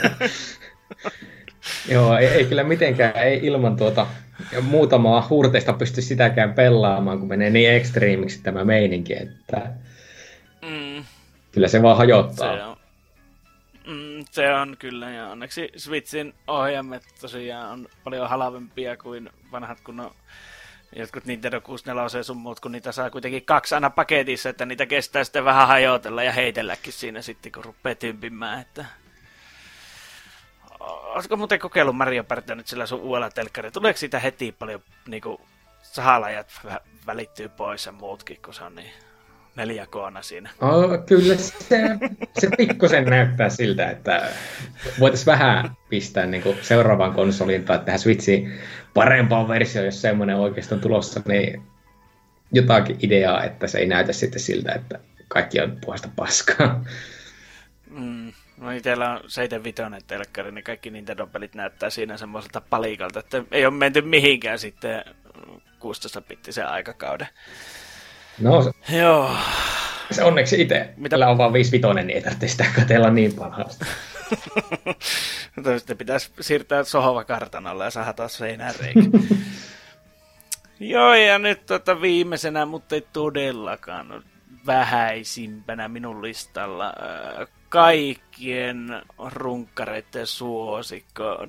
S3: Joo, ei, ei kyllä mitenkään, ei ilman tuota muutamaa huurteista pysty sitäkään pelaamaan, kun menee niin ekstriimiksi tämä meininki, että mm. kyllä se vaan hajottaa.
S2: Se on, mm, se on kyllä, ja onneksi Switchin ohjaimet tosiaan on paljon halvempia kuin vanhat kunnon jotkut Nintendo kuusikymmentäneljä sun muut, kun niitä saa kuitenkin kaksi aina paketissa, että niitä kestää sitten vähän hajotella ja heitelläkin siinä sitten, kun rupeaa tympimään, että... Oletko muuten kokeillut Mario Partia nyt sillä sun uudella telkkarilla? Tuleeko siitä heti paljon niinku sahalajat välittyy pois ja muutkin, kun se on niin neljä K:na siinä?
S3: Oh, kyllä se, se pikkusen näyttää siltä, että voitaisiin vähän pistää niinku seuraavaan konsoliin tai tähän Switchiin parempaan versioon, jos semmoinen oikeasti on tulossa, niin jotakin ideaa, että se ei näytä sitten siltä, että kaikki on puhasta paskaa.
S2: Mm. No itsellä on seitsemänkymmentäviisi telkkari, niin kaikki Nintendo-pelit näyttää siinä semmoiselta palikalta, että ei ole menty mihinkään sitten kuusitoista-bittisen aikakauden.
S3: No se,
S2: Joo.
S3: Se onneksi itse. Mitä on vaan viisi vitonen, niin ei tarvitse sitä katsella niin pahasti.
S2: Sitten pitäisi siirtää sohva kartanolle ja saada taas seinään reikä. Joo, ja nyt tota viimeisenä, mutta ei todellakaan vähäisimpänä minun listalla äh, kaikkien runkkareiden suosikko.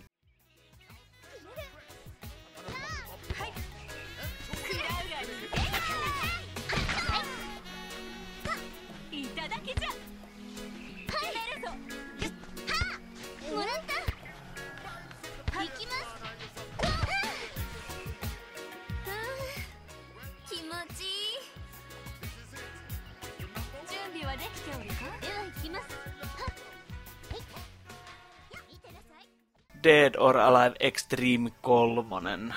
S2: Dead or Alive Extreme kolme.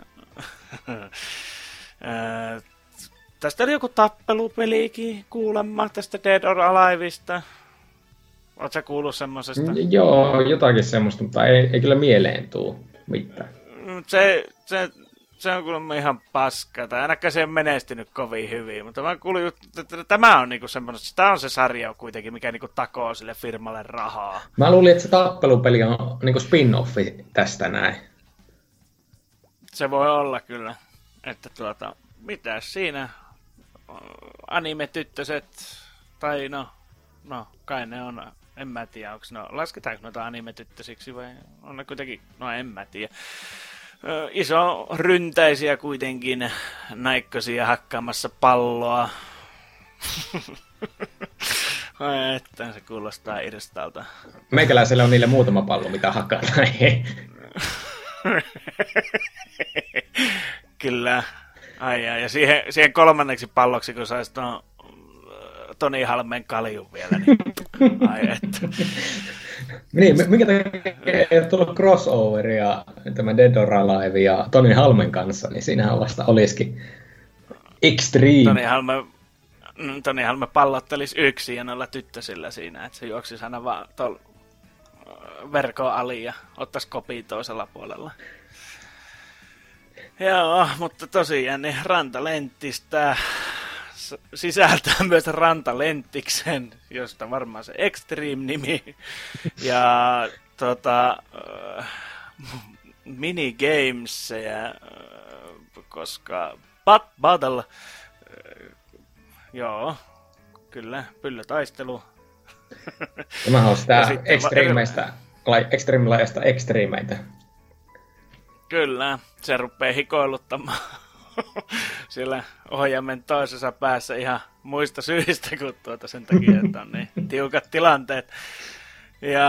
S2: Tästä oli joku tappelupelikin kuulemma, tästä Dead or Aliveista. Oletko sä kuullut semmosesta?
S3: Joo, jotakin semmoista, mutta ei, ei kyllä mieleen tuu mitään.
S2: Se, se, se on kuulemma ihan paskaa, tai ainakaan se ei menestynyt kovin hyvin, mutta mä kuulin, että tämä on niinku semmoinen, tämä on se sarja kuitenkin, mikä niinku takoo sille firmalle rahaa.
S3: Mä luulin, että se tappelupeli on niinku spin-offi tästä näin.
S2: Se voi olla kyllä, että tuota, mitäs siinä, anime-tyttöset, tai no, no kai ne on, en mä tiedä, onko no, lasketaanko noita anime-tyttösiksi vai on ne kuitenkin, no en mä tiedä. Iso ryntäisiä kuitenkin, naikkosia hakkaamassa palloa. Ai että se kuulostaa irstalta.
S3: Meikäläisellä on niille muutama pallo, mitä hakataan.
S2: Kyllä. Ai ai, ja siihen, siihen kolmanneksi palloksi, kun saisi tuon Toni Halmen kaljun vielä, niin ai että.
S3: Niin, minkä takia ei ole tullut crossoveria tämä Dead or Alive ja Toni Halmen kanssa, niin siinähän vasta olisikin extreme.
S2: Toni Halme, Toni Halme pallottelisi yksin ja noilla tyttösillä siinä, että se juoksisi aina vaan tuolla verkon ali ja ottaisi kopia toisella puolella. Joo, mutta tosiaan niin Rantalenttistä sisältää myös Rantalenttiksen, josta varmaan se Extreme-nimi, ja tota, äh, minigamesia, äh, koska Bat Battle, äh, joo, kyllä, pyllytaistelu.
S3: Tämähän on sitä extremeistä, extreme-lajasta extremeitä.
S2: Kyllä, se rupeaa hikoiluttamaan siellä ohjaimen toisessa päässä ihan muista syistä kuin tuota sen takia, että on niin tiukat tilanteet. Ja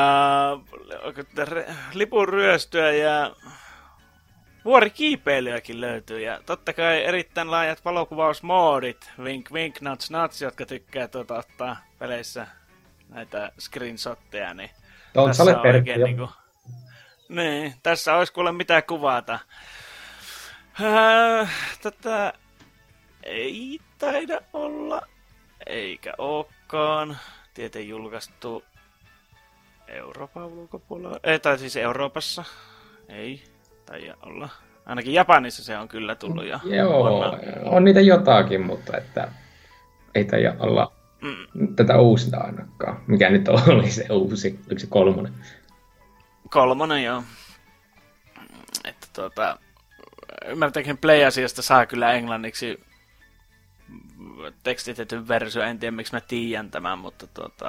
S2: lipun ryöstöä ja vuorikiipeilyäkin löytyy. Ja totta kai erittäin laajat valokuvausmoodit, wink wink nuts nuts, jotka tykkää tuota ottaa peleissä näitä screenshotteja. Niin tässä on oikein niinku... Niin, tässä olisi kuule mitä kuvata. Äh, tätä ei taida olla, eikä olekaan. Tieteen julkaistu Euroopan ulkopuolella, ei, tai siis Euroopassa. Ei taida olla. Ainakin Japanissa se on kyllä tullut jo.
S3: Joo,
S2: vuonna.
S3: on niitä jotakin, mutta että ei taida olla mm. tätä uusinta ainakaan. Mikä nyt oli se uusi, oliko se kolmonen?
S2: Kolmonen, joo. Että tuota, ymmärtääkseni Play-asiasta saa kyllä englanniksi tekstitetyn versio. En tiedä, miksi mä tiedän tämän, mutta tuota...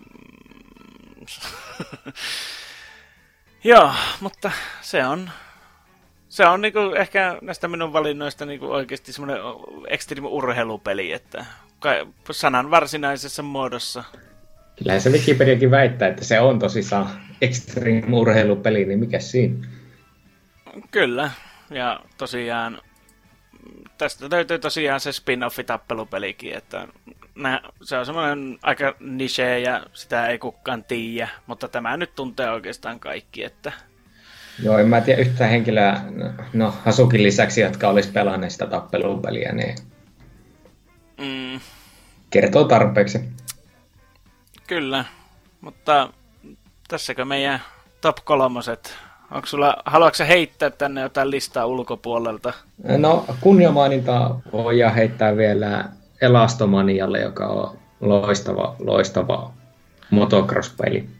S2: Joo, mutta se on... Se on niinku ehkä näistä minun valinnoista niinku oikeasti semmoinen extreme-urheilupeli, että sanan varsinaisessa muodossa.
S3: Kyllähän se Wikipediakin väittää, että se on tosissaan extreme-urheilupeli, niin mikä siinä? Kyllä, ja tosiaan tästä löytyy tosiaan se spin-offi-tappelupelikin, että nää, se on semmoinen aika niche ja sitä ei kukaan tiedä, mutta tämä nyt tuntee oikeastaan kaikki, että... Joo, en mä tiedä yhtään henkilöä, no Hasukin lisäksi, jotka olisi pelanneet sitä tappelupeliä, niin mm. kertoo tarpeeksi. Kyllä, mutta tässäkö meidän top kolmoset? Onko sulla, haluatko sä heittää tänne jotain listaa ulkopuolelta? No kunniamaininta voidaan heittää vielä Elastomanialle, joka on loistava, loistava motocross-peli.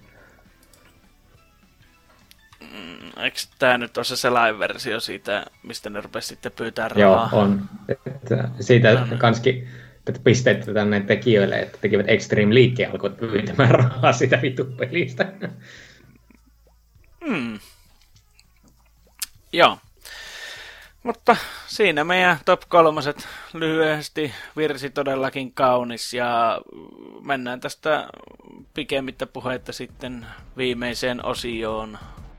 S3: Eikö tämä nyt ole se selain-versio siitä, mistä ne rupesi sitten pyytää rahaa? Joo, on. Että siitä no, kanskin pisteet tänne tekijöille, että tekivät Extreme League ja alkoivat pyytämään rahaa sitä vittu pelistä. Hmm. Joo. Mutta siinä meidän top kolmoset lyhyesti, virsi todellakin kaunis ja mennään tästä pikemmittä puhetta sitten viimeiseen osioon.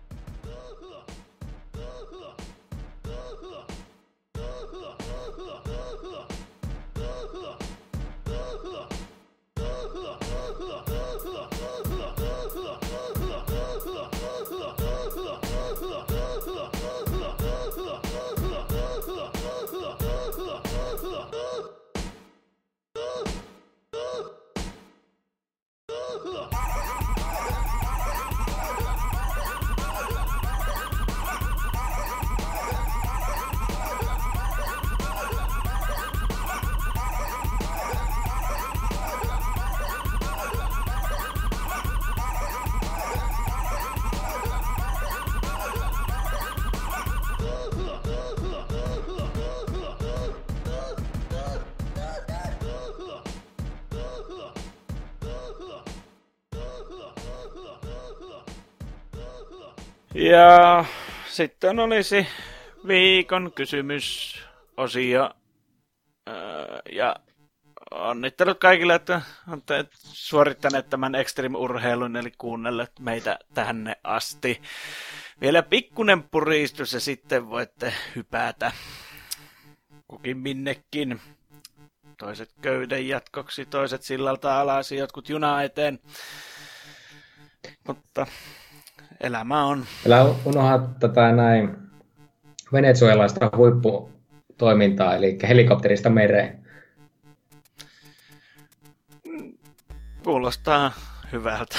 S3: Ja sitten olisi viikon kysymysosio. Ja onnittelut kaikille, että olette suorittaneet tämän extreme-urheilun, eli kuunnelleet meitä tänne asti. Vielä pikkunen puristus ja sitten voitte hypätä kukin minnekin. Toiset köyden jatkoksi, toiset sillalta alas, jotkut juna eteen. Mutta elämä on. Älä unohda tätä näin venezuelaista huipputoimintaa, eli helikopterista mereen. Kuulostaa hyvältä.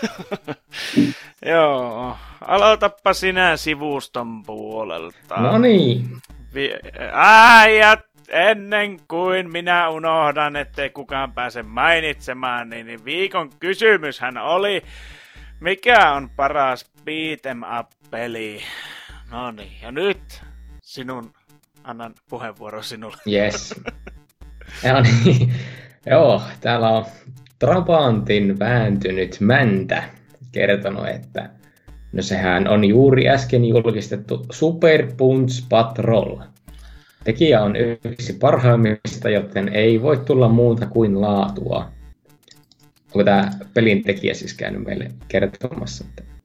S3: Joo, aloitappa sinä sivuston puolelta. No niin. Vi- Äijät, ennen kuin minä unohdan, ettei kukaan pääse mainitsemaan, niin viikon kysymyshän oli, mikä on paras beat'em up-peli? No niin, ja nyt sinun, annan puheenvuoro sinulle. Yes. Ja niin, joo, täällä on Trabantin vääntynyt Mäntä kertonut, että no sehän on juuri äsken julkistettu Super Punch Patrol. Tekijä on yksi parhaimmista, joten ei voi tulla muuta kuin laatua. Onko tämä pelin tekijä siis käynyt meille kertomassa?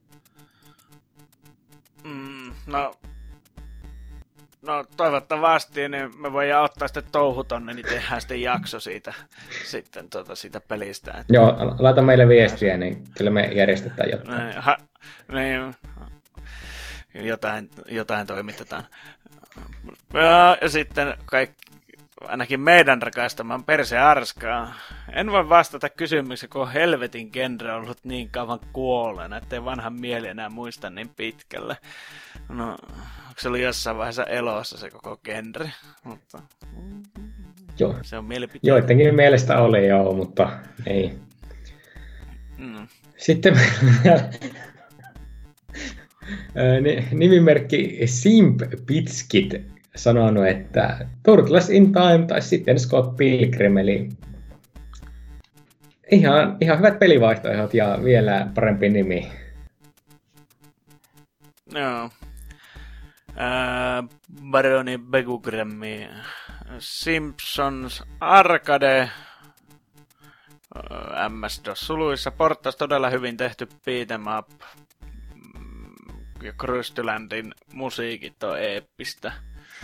S3: Mm, no, no toivottavasti niin me voidaan ottaa sitten touhu tonne, niin tehdään sitten jakso siitä, sitten, tuota, siitä pelistä. Että... Joo, laita meille viestiä, niin kyllä me järjestetään jotain. Niin, ha, niin, jotain, jotain toimitetaan. Ja, ja sitten kaikki
S2: ainakin meidän rakastamaan Perse Arskaa. En voi vastata kysymykseen, kun on helvetin genre ollut niin kauan kuolleena, ettei vanhan mieli enää muista niin pitkälle. No, onko se oli jossain vaiheessa elossa se koko genre? Mutta
S3: Joo.
S2: Se on mielipiteä.
S3: Joidenkin mielestä oli joo, mutta ei.
S2: Mm.
S3: Sitten nimimerkki Simp Pitskit sanonut, että Turtles in Time tai sitten Scott Pilgrim, eli ihan, ihan hyvät pelivaihtoehdot ja vielä parempi nimi.
S2: Joo. Äh, Baroni Begugrammi, Simpsons Arcade, M S-DOS suluissa, porttaus todella hyvin tehty beat'em up, ja Krystylandin musiikit on eeppistä.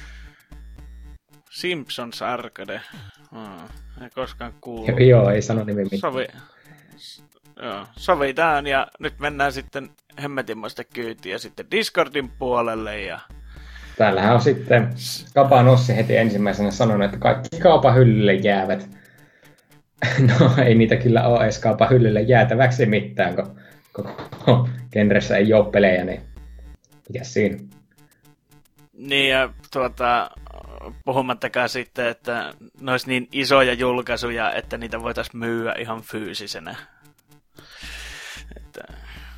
S2: Simpsons Arcade, hmm. ei koskaan kuulu.
S3: Joo, ei sano nimi mitään.
S2: Sovi... Joo, sovitaan ja nyt mennään sitten hemmetinmoista kyytiä sitten Discordin puolelle ja...
S3: Täällähän on sitten Kapa Nossi heti ensimmäisenä sanonut, että kaikki kaupan hyllylle jäävät. No ei niitä kyllä ole edes kaupan hyllylle jäätäväksi mitään, kun koko genressä ei ole pelejä, niin mikä siinä?
S2: Niin ja tuota, puhumattakaan sitten, että ne olisi niin isoja julkaisuja, että niitä voitaisiin myyä ihan fyysisenä. Että...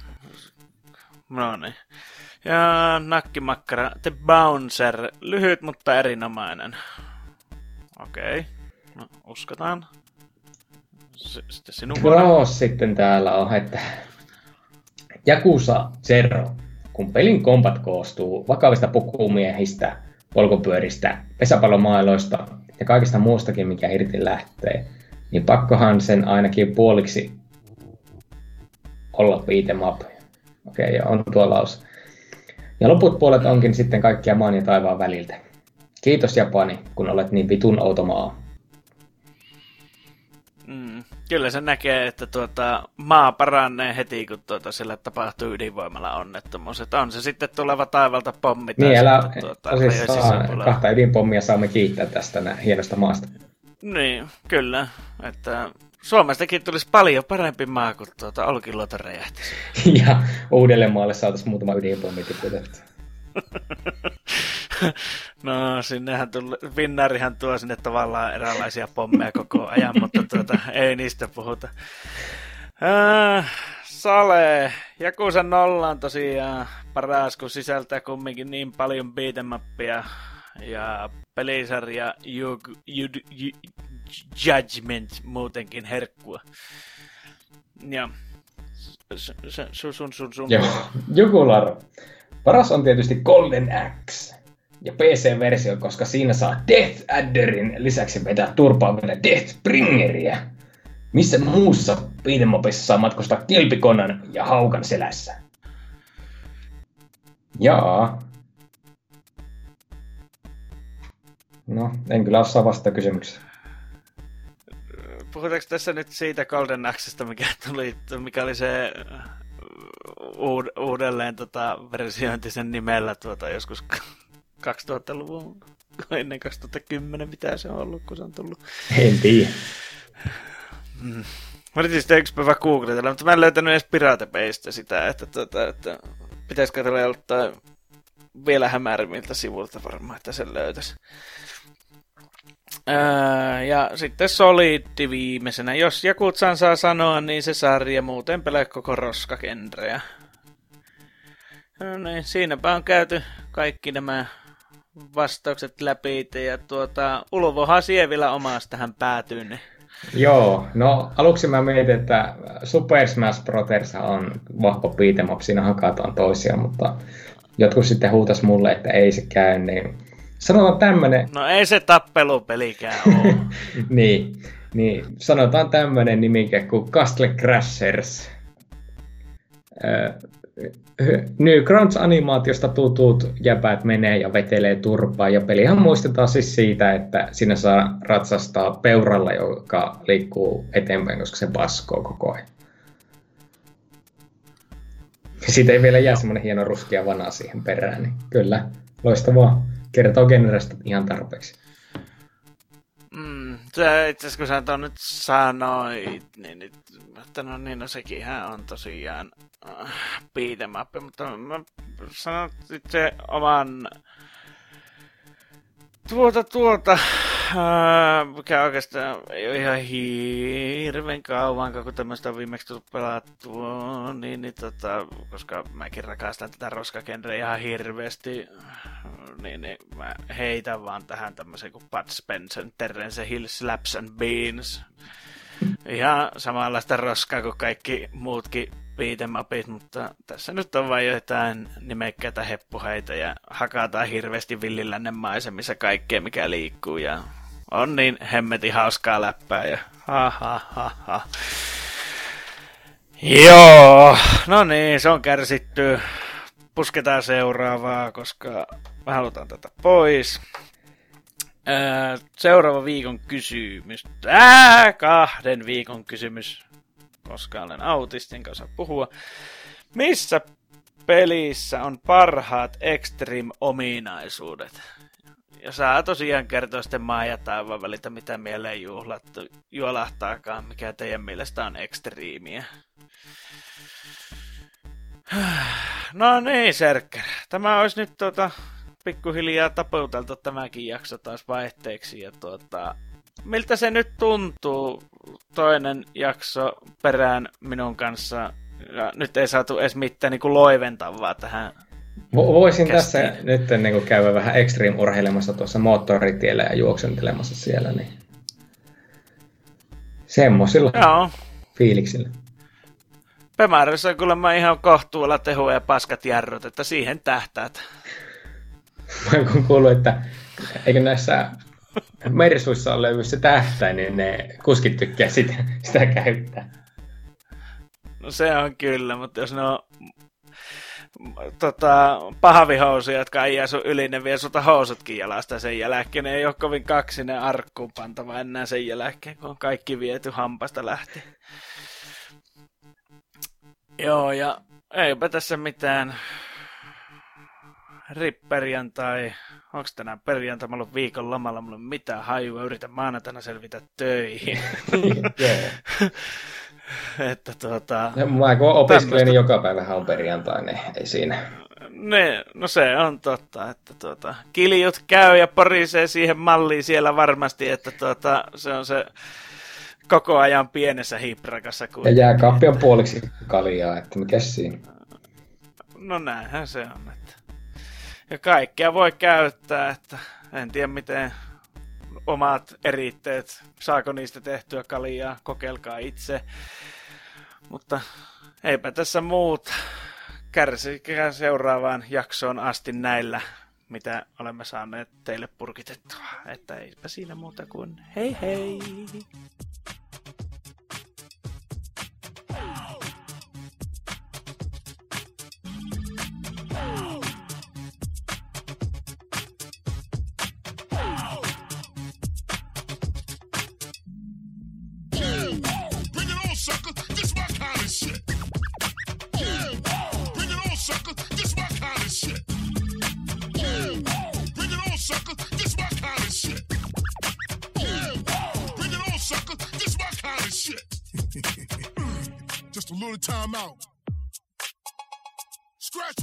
S2: No niin. Ja nakkimakkara, The Bouncer, lyhyt mutta erinomainen. Okei, no uskotaan. S- sitten sinun vuoro.
S3: No sitten täällä on, että Yakuza Zero. Kun pelin kombat koostuu vakavista pukumiehistä, polkupyöristä, pesäpallomailoista ja kaikista muustakin, mikä irti lähtee, niin pakkohan sen ainakin puoliksi olla beat'em up. Okei, okay, on tuo lause. Ja loput puolet onkin sitten kaikkia maan ja taivaan väliltä. Kiitos Japani, kun olet niin vitun outo maa.
S2: Mm, kyllä se näkee, että tuota, maa paranee heti, kun tuota, sillä tapahtuu ydinvoimalla onnettomuus. Että on se sitten tuleva taivalta pommi.
S3: Niin, älä,
S2: sitten, tuota,
S3: tosissaan kahta ydinpommia saamme kiittää tästä nää hienosta maasta.
S2: Niin, kyllä. Että Suomestakin tulisi paljon parempi maa, kun tuota Olkiluoto räjähtäisi.
S3: Ja Uudellemaalle saataisiin muutama ydinpommi tiputettu.
S2: No, sinnehän tuli, Finnairihan tuo sinne tavallaan eräänlaisia pommeja koko ajan, mutta tuota, ei niistä puhuta. Äh, Sale, Yakuza nolla on tosiaan paras, kun sisältää kumminkin niin paljon beat'em upia ja pelisarja Yug, Yug, Yug, Judgment muutenkin herkkua. Ja sun sun sun sun.
S3: Joo, Jukular. Paras on tietysti Golden Axe ja P C-versio, koska siinä saa Death Adderin lisäksi vetää turpaaville Deathbringeriä. Missä muussa beat'em upissa saa matkustaa kilpikonnan ja haukan selässä? Jaa. No, en kyllä osaa vastata kysymykseen.
S2: Puhutaanko tässä nyt siitä Golden Axesta, mikä tuli, mikä oli se uud- uudelleen tota, versiointi sen nimellä tuota, joskus kaksituhattaluvun, ennen kaksituhattakymmenen, mitä se on ollut, kun se on tullut.
S3: En tiedä.
S2: Mm. Mä yritin sitä yksi päivä googletella, mutta mä en löytänyt edes Pirate Baystä sitä, että, tuota, että pitäisi katsella joltain vielä hämärimmiltä sivulta varmaan, että sen löytäisi. Öö, ja sitten Solid viimeisenä. Jos Jakutsan saa sanoa, niin se sarja, muuten pelaa koko roskagenreä. No niin, siinäpä on käyty kaikki nämä vastaukset läpi, ja tuota, Ulvohan Sievillä omasta tähän päätyy. Niin.
S3: Joo, no aluksi mä mietin, että Super Smash Bros. On vahva beat'em up, siinä hakataan toisiaan, mutta jotkut sitten huutas mulle, että ei se käy, niin sanotaan tämmönen...
S2: No ei se tappelupelikään ole.
S3: niin, niin, sanotaan tämmönen nimike kuin Castle Crashers. Öö, Newgrounds-animaatiosta tutut jäbät menee ja vetelee turpaa, ja pelihan muistetaan siis siitä, että siinä saa ratsastaa peuralla, joka liikkuu eteenpäin, koska se paskoo koko ajan. Siitä ei vielä jää semmoinen hieno ruskea vana siihen perään, niin kyllä, loistavaa. Kertoo genrestä ihan tarpeeksi.
S2: itse asiassa kun sä ton nyt sanoit, niin, niin, että no niin, no sekinhän on tosiaan äh, beat 'em up, mutta mä sanon itse oman tuota tuota, äh, mikä oikeastaan ei ole ihan hirveän kauan, kun tämmöistä on viimeksi tullut pelattua, niin, niin tota, koska mäkin rakastan tätä roskagenreä ihan hirveästi, niin, niin mä heitän vaan tähän tämmöisen kuin Bud Spencer, Terence Hill, Slaps and Beans. Ihan samanlaista roskaa kuin kaikki muutkin beat 'em upit, mutta tässä nyt on vain jotain nimekkäitä heppuheita ja hakataan hirveästi villilännen maisemissa kaikkea mikä liikkuu ja on niin hemmetin hauskaa läppää ja ha ha ha ha. Joo, no niin, se on kärsitty. Pusketaan seuraavaa, koska me halutaan tätä pois. Öö, seuraava viikon kysymys. Ää, kahden viikon kysymys, koska olen autistin kanssa puhua. Missä pelissä on parhaat Extreme-ominaisuudet? Ja saa tosiaan kertoa sitten maa ja taivaan välitä, mitä mieleen juhlattu, juolahtaakaan, mikä teidän mielestä on ekstriimiä. No niin, Serkker. Tämä olisi nyt tuota, pikkuhiljaa tapeuteltu tämäkin jakso taas vaihteeksi. Ja tuota, miltä se nyt tuntuu, toinen jakso perään minun kanssa. Ja nyt ei saatu edes mitään niin kuin loiventavaa tähän.
S3: Voisin
S2: kästiin.
S3: tässä nyt niin kuin käydä vähän extreme-urheilemassa tuossa moottoritiellä ja juoksentelemassa siellä. Niin semmosilla
S2: Joo.
S3: fiiliksillä.
S2: Pemärössä on kuulemma ihan kohtuulla tehua ja paskat jarrut, että siihen tähtäät.
S3: Mä kun kuullut, että eikö näissä mersuissa on löydy se tähtäin, niin ne kuskit tykkää sitä, sitä käyttää.
S2: No se on kyllä, mutta jos ne on tota, pahavihousuja, jotka ei jää sun yli, ne vie sulta housutkin jalasta sen jälkeen. Ne ei ole kovin kaksinen arkkuun pantava enää sen jälkeen, kun on kaikki viety hampasta lähtien. Joo, ja eipä tässä mitään ripperjantai. Onks tänään perjantai? Mä olen viikon lomalla, mulla ei ole mitään hajua. Yritän maanantaina selvitä töihin. Että tuota...
S3: Mä kun opiskelen, niin joka päivähän on perjantai, niin ei siinä.
S2: Ne, no se on totta, että tuota, kiljut käy ja porisee siihen malliin siellä varmasti, että tuota, se on se koko ajan pienessä hiprakassa.
S3: Ja jääkaappi on puoliksi kaljaa, että mikäs siinä?
S2: No näinhän se on. Että... Ja kaikkea voi käyttää, että en tiedä miten omat eritteet, saako niistä tehtyä kaljaa, kokeilkaa itse. Mutta eipä tässä muuta. Kärsikää seuraavaan jaksoon asti näillä, mitä olemme saaneet teille purkitettua. Että eipä siinä muuta kuin hei hei!
S6: Just a little time out. Scratch.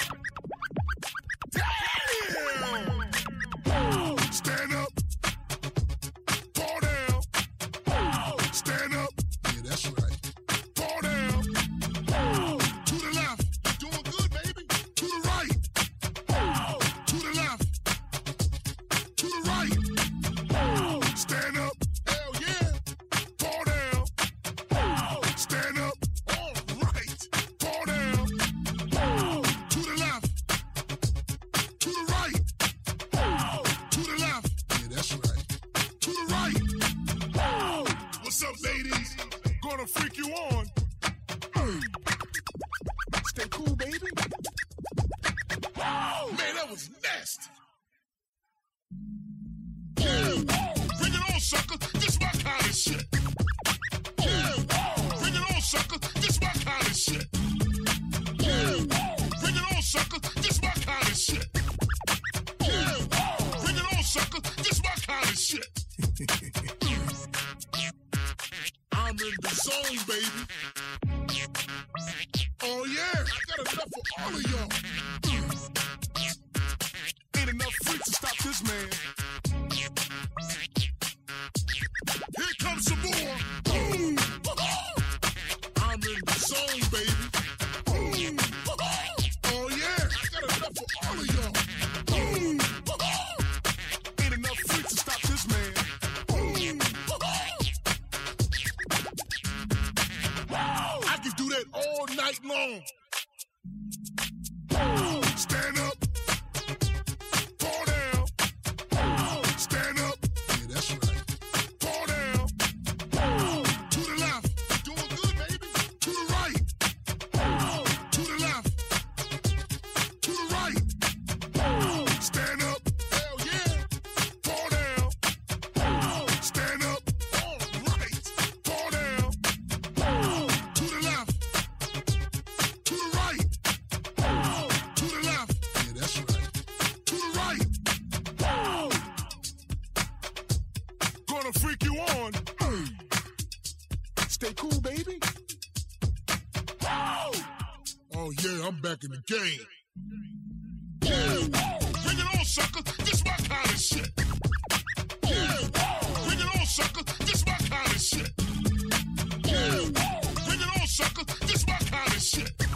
S6: Damn! Stand up. Fall down. Stand up. Yeah, that's right. Fall down. To the left. You're doing good, baby. To the right. To the left. To the right. Stand up. Hell yeah. Fall down. Stand up. All right. Fall down. To the left. To the right. To the left. Yeah, that's right. To the right. What's up, ladies? Gonna freak you on. Stay cool, baby. Man, that was nasty. Bring it on, sucker. This my kind of shit. Bring it on, sucker. This my kind of shit. Bring it on, sucker. This my kind of shit. Bring it on, sucker. This my kind of shit. all of y'all. Ain't enough freaks to stop this man. Here comes some more. Boom. I'm in the zone, baby. Boom. Oh yeah, I got enough for all of y'all. Boom. Ain't enough freaks to stop this man. Boom. I can do that all night long. Stand up. Fall down. Stand up. Yeah, that's right. Fall down. To the left. Doing good, baby. To the right. To the left. To the right. Stand up. Hell yeah. Fall down. Stand up. All right. Fall down. To the left. To the right. To the left. Yeah, that's right. To the right. Gonna freak you on. Stay cool, baby. Oh yeah, I'm back in the game. Yeah, bring it on, sucker. This my kind of shit. Yeah, bring it on, sucker. This my kind of shit. Yeah, bring it on, sucker. This my kind of shit.